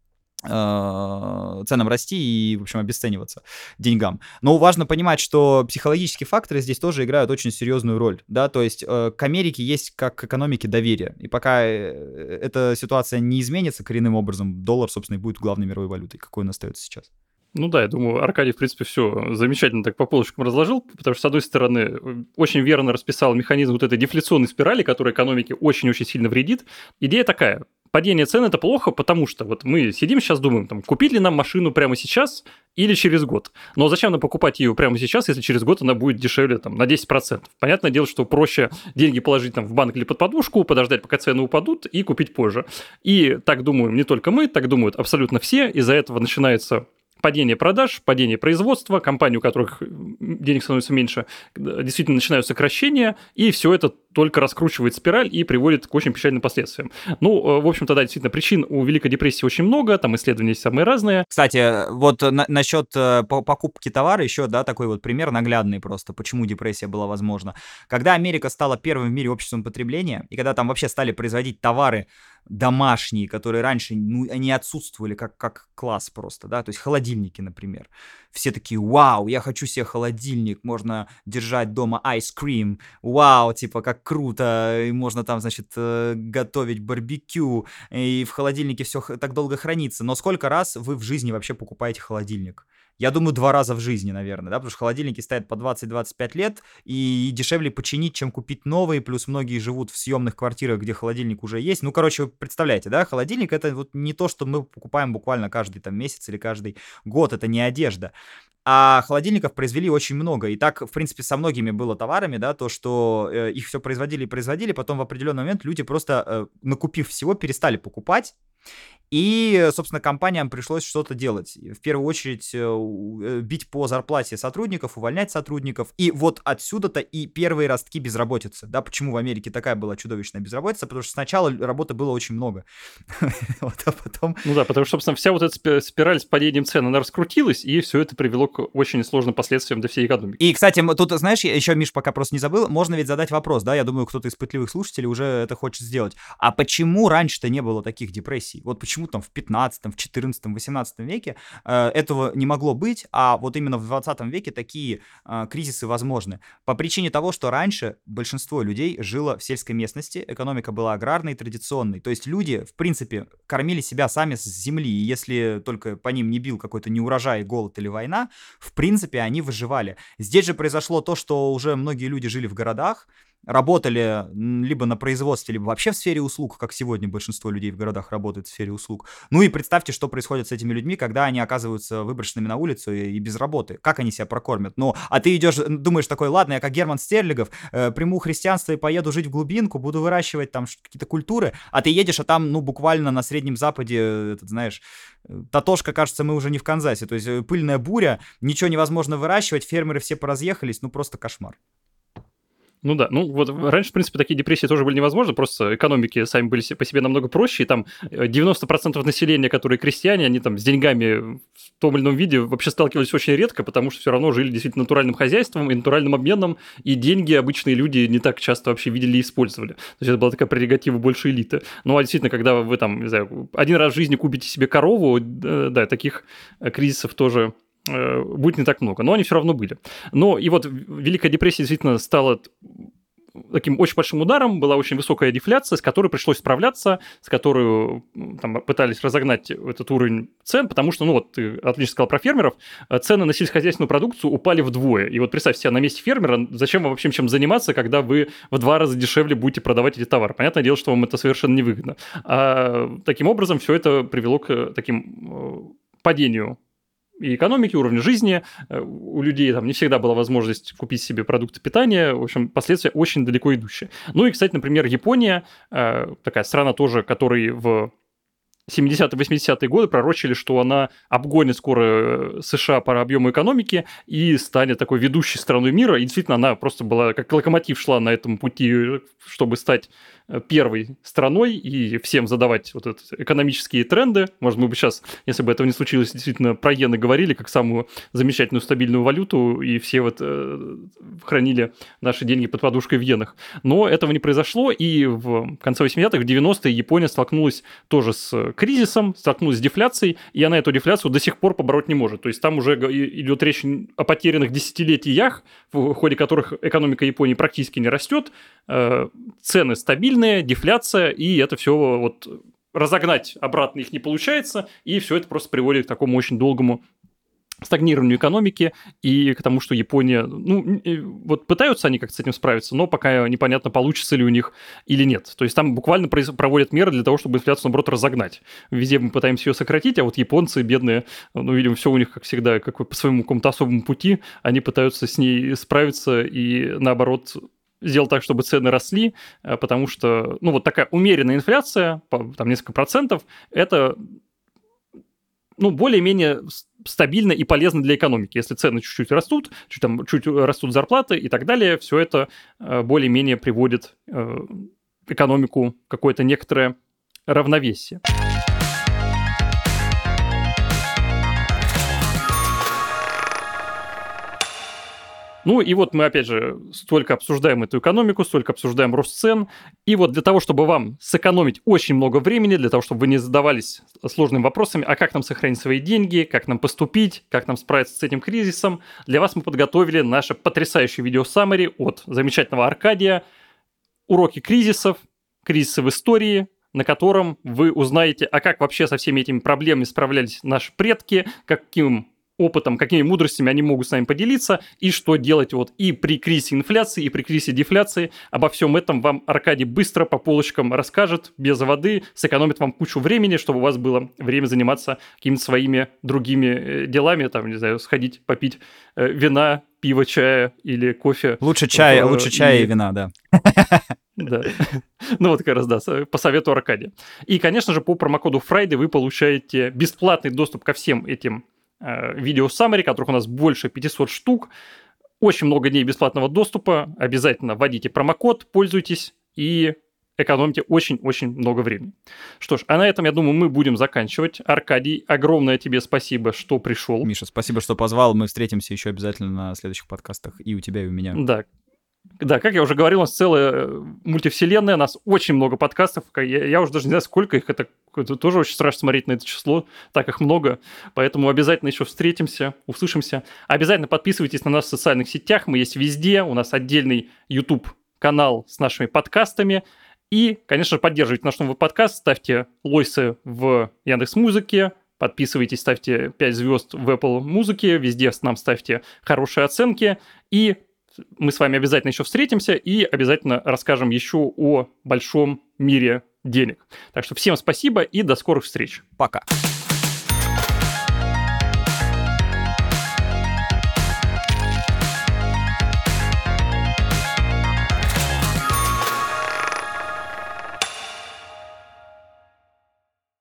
ценам расти и, в общем, обесцениваться деньгам. Но важно понимать, что психологические факторы здесь тоже играют очень серьезную роль, да, то есть э, к Америке есть как к экономике доверие, и пока э, эта ситуация не изменится коренным образом, доллар, собственно, и будет главной мировой валютой, какой он остается сейчас. Ну да, я думаю, Аркадий, в принципе, все замечательно так по полочкам разложил, потому что, с одной стороны, очень верно расписал механизм вот этой дефляционной спирали, которая экономике очень-очень сильно вредит. Идея такая: падение цен – это плохо, потому что вот мы сидим сейчас, думаем, там, купить ли нам машину прямо сейчас или через год. Но зачем нам покупать ее прямо сейчас, если через год она будет дешевле там, на десять процентов? Понятное дело, что проще деньги положить там, в банк или под подушку, подождать, пока цены упадут, и купить позже. И так думаем не только мы, так думают абсолютно все. Из-за этого начинается падение продаж, падение производства, компаний, у которых денег становится меньше, действительно начинают сокращения, и все это только раскручивает спираль и приводит к очень печальным последствиям. Ну, в общем-то, да, действительно, причин у Великой депрессии очень много, там исследования есть самые разные. Кстати, вот на- насчет э, по- покупки товара еще, да, такой вот пример наглядный просто, почему депрессия была возможна. Когда Америка стала первым в мире обществом потребления, и когда там вообще стали производить товары домашние, которые раньше, ну, они отсутствовали как, как класс просто, да, то есть холодильники, например. Все такие: вау, я хочу себе холодильник, можно держать дома ice cream, вау, типа, как круто, и можно там, значит, э, готовить барбекю, и в холодильнике все так долго хранится. Но сколько раз вы в жизни вообще покупаете холодильник? Я думаю, два раза в жизни, наверное, да, потому что холодильники стоят по двадцать-двадцать пять лет, и дешевле починить, чем купить новые, плюс многие живут в съемных квартирах, где холодильник уже есть. Ну, короче, вы представляете, да, холодильник — это вот не то, что мы покупаем буквально каждый там месяц или каждый год, это не одежда. А холодильников произвели очень много, и так, в принципе, со многими было товарами, да, то, что э, их все производили и производили, потом в определенный момент люди просто, э, накупив всего, перестали покупать. И, собственно, компаниям пришлось что-то делать. В первую очередь э, бить по зарплате сотрудников, увольнять сотрудников. И вот отсюда-то и первые ростки безработицы. Да, почему в Америке такая была чудовищная безработица? Потому что сначала работы было очень много. Вот, а потом... Ну да, потому что, собственно, вся вот эта спираль с падением цен, она раскрутилась, и все это привело к очень сложным последствиям для всей экономики. И, кстати, тут, знаешь, еще, Миш, пока просто не забыл, можно ведь задать вопрос, да, я думаю, кто-то из пытливых слушателей уже это хочет сделать. А почему раньше-то не было таких депрессий? Вот почему там в пятнадцатом, в четырнадцатом, восемнадцатом веке э, этого не могло быть, а вот именно в двадцатом веке такие э, кризисы возможны? По причине того, что раньше большинство людей жило в сельской местности, экономика была аграрной, традиционной, то есть люди, в принципе, кормили себя сами с земли, и если только по ним не бил какой-то неурожай, голод или война, в принципе, они выживали. Здесь же произошло то, что уже многие люди жили в городах, работали либо на производстве, либо вообще в сфере услуг, как сегодня большинство людей в городах работает в сфере услуг. Ну и представьте, что происходит с этими людьми, когда они оказываются выброшенными на улицу и, и без работы. Как они себя прокормят? Ну, а ты идешь, думаешь такой, ладно, я как Герман Стерлигов э, приму христианство и поеду жить в глубинку, буду выращивать там какие-то культуры, а ты едешь, а там, ну, буквально на Среднем Западе, этот, знаешь, Татошка, кажется, мы уже не в Канзасе, то есть пыльная буря, ничего невозможно выращивать, фермеры все поразъехались, ну, просто кошмар. Ну да, ну вот раньше, в принципе, такие депрессии тоже были невозможны, просто экономики сами были по себе намного проще, и там девяносто процентов населения, которые крестьяне, они там с деньгами в том или ином виде вообще сталкивались очень редко, потому что все равно жили действительно натуральным хозяйством и натуральным обменом, и деньги обычные люди не так часто вообще видели и использовали. То есть это была такая прерогатива больше элиты. Ну а действительно, когда вы там, не знаю, один раз в жизни купите себе корову, да, таких кризисов тоже будет не так много, но они все равно были. Но и вот Великая депрессия действительно стала таким очень большим ударом, была очень высокая дефляция, с которой пришлось справляться, с которой там, пытались разогнать этот уровень цен, потому что, ну вот, ты отлично сказал про фермеров, цены на сельскохозяйственную продукцию упали вдвое. И вот представь себе, на месте фермера, зачем вам вообще чем заниматься, когда вы в два раза дешевле будете продавать эти товары? Понятное дело, что вам это совершенно невыгодно. А таким образом все это привело к таким падению и экономики, уровня жизни. У людей там не всегда была возможность купить себе продукты питания. В общем, последствия очень далеко идущие. Ну и, кстати, например, Япония, такая страна тоже, которой в семидесятые-восьмидесятые годы пророчили, что она обгонит скоро США по объему экономики и станет такой ведущей страной мира. И действительно, она просто была как локомотив, шла на этом пути, чтобы стать первой страной и всем задавать вот эти экономические тренды. Может, мы бы сейчас, если бы этого не случилось, действительно про иены говорили как самую замечательную стабильную валюту, и все вот э, хранили наши деньги под подушкой в иенах. Но этого не произошло, и в конце восьмидесятых, в девяностые Япония столкнулась тоже с кризисом, столкнулась с дефляцией, и она эту дефляцию до сих пор побороть не может. То есть там уже идет речь о потерянных десятилетиях, в ходе которых экономика Японии практически не растет, э, цены стабильные, дефляция, и это все вот разогнать обратно их не получается, и все это просто приводит к такому очень долгому стагнированию экономики и к тому, что Япония, ну, вот пытаются они как-то с этим справиться, но пока непонятно, получится ли у них или нет. То есть там буквально проводят меры для того, чтобы инфляцию, наоборот, разогнать. Везде мы пытаемся ее сократить, а вот японцы, бедные, ну, видимо, все у них, как всегда, как по своему какому-то особому пути, они пытаются с ней справиться и, наоборот, сделать так, чтобы цены росли, потому что, ну, вот такая умеренная инфляция, там несколько процентов, это, ну, более-менее стабильно и полезно для экономики. Если цены чуть-чуть растут, чуть, там, чуть растут зарплаты и так далее, все это более-менее приводит экономику в какое-то некоторое равновесие. Ну и вот мы, опять же, столько обсуждаем эту экономику, столько обсуждаем рост цен. И вот для того, чтобы вам сэкономить очень много времени, для того, чтобы вы не задавались сложными вопросами, а как нам сохранить свои деньги, как нам поступить, как нам справиться с этим кризисом, для вас мы подготовили наше потрясающее видео-саммари от замечательного Аркадия «Уроки кризисов, кризисы в истории», на котором вы узнаете, а как вообще со всеми этими проблемами справлялись наши предки, каким опытом, какими мудростями они могут с нами поделиться, и что делать вот и при кризисе инфляции, и при кризисе дефляции. Обо всем этом вам Аркадий быстро по полочкам расскажет, без воды, сэкономит вам кучу времени, чтобы у вас было время заниматься какими-то своими другими делами, там, не знаю, сходить попить вина, пива, чая или кофе. Лучше чая, лучше чая и вина, да. Да. Ну вот как раз, да, по совету Аркадия. И, конечно же, по промокоду Friday вы получаете бесплатный доступ ко всем этим видео-саммари, которых у нас больше пятьсот штук. Очень много дней бесплатного доступа. Обязательно вводите промокод, пользуйтесь и экономите очень-очень много времени. Что ж, а на этом, я думаю, мы будем заканчивать. Аркадий, огромное тебе спасибо, что пришел. Миша, спасибо, что позвал. Мы встретимся еще обязательно на следующих подкастах и у тебя, и у меня. Да. Да, как я уже говорил, у нас целая мультивселенная, у нас очень много подкастов, я, я уже даже не знаю, сколько их, это, это тоже очень страшно смотреть на это число, так их много, поэтому обязательно еще встретимся, услышимся. Обязательно подписывайтесь на нас в социальных сетях, мы есть везде, у нас отдельный YouTube-канал с нашими подкастами, и, конечно же, поддерживайте наш новый подкаст, ставьте лойсы в Яндекс.Музыке, подписывайтесь, ставьте пять звезд в Apple Музыке, везде нам ставьте хорошие оценки, и мы с вами обязательно еще встретимся и обязательно расскажем еще о большом мире денег. Так что всем спасибо и до скорых встреч. Пока.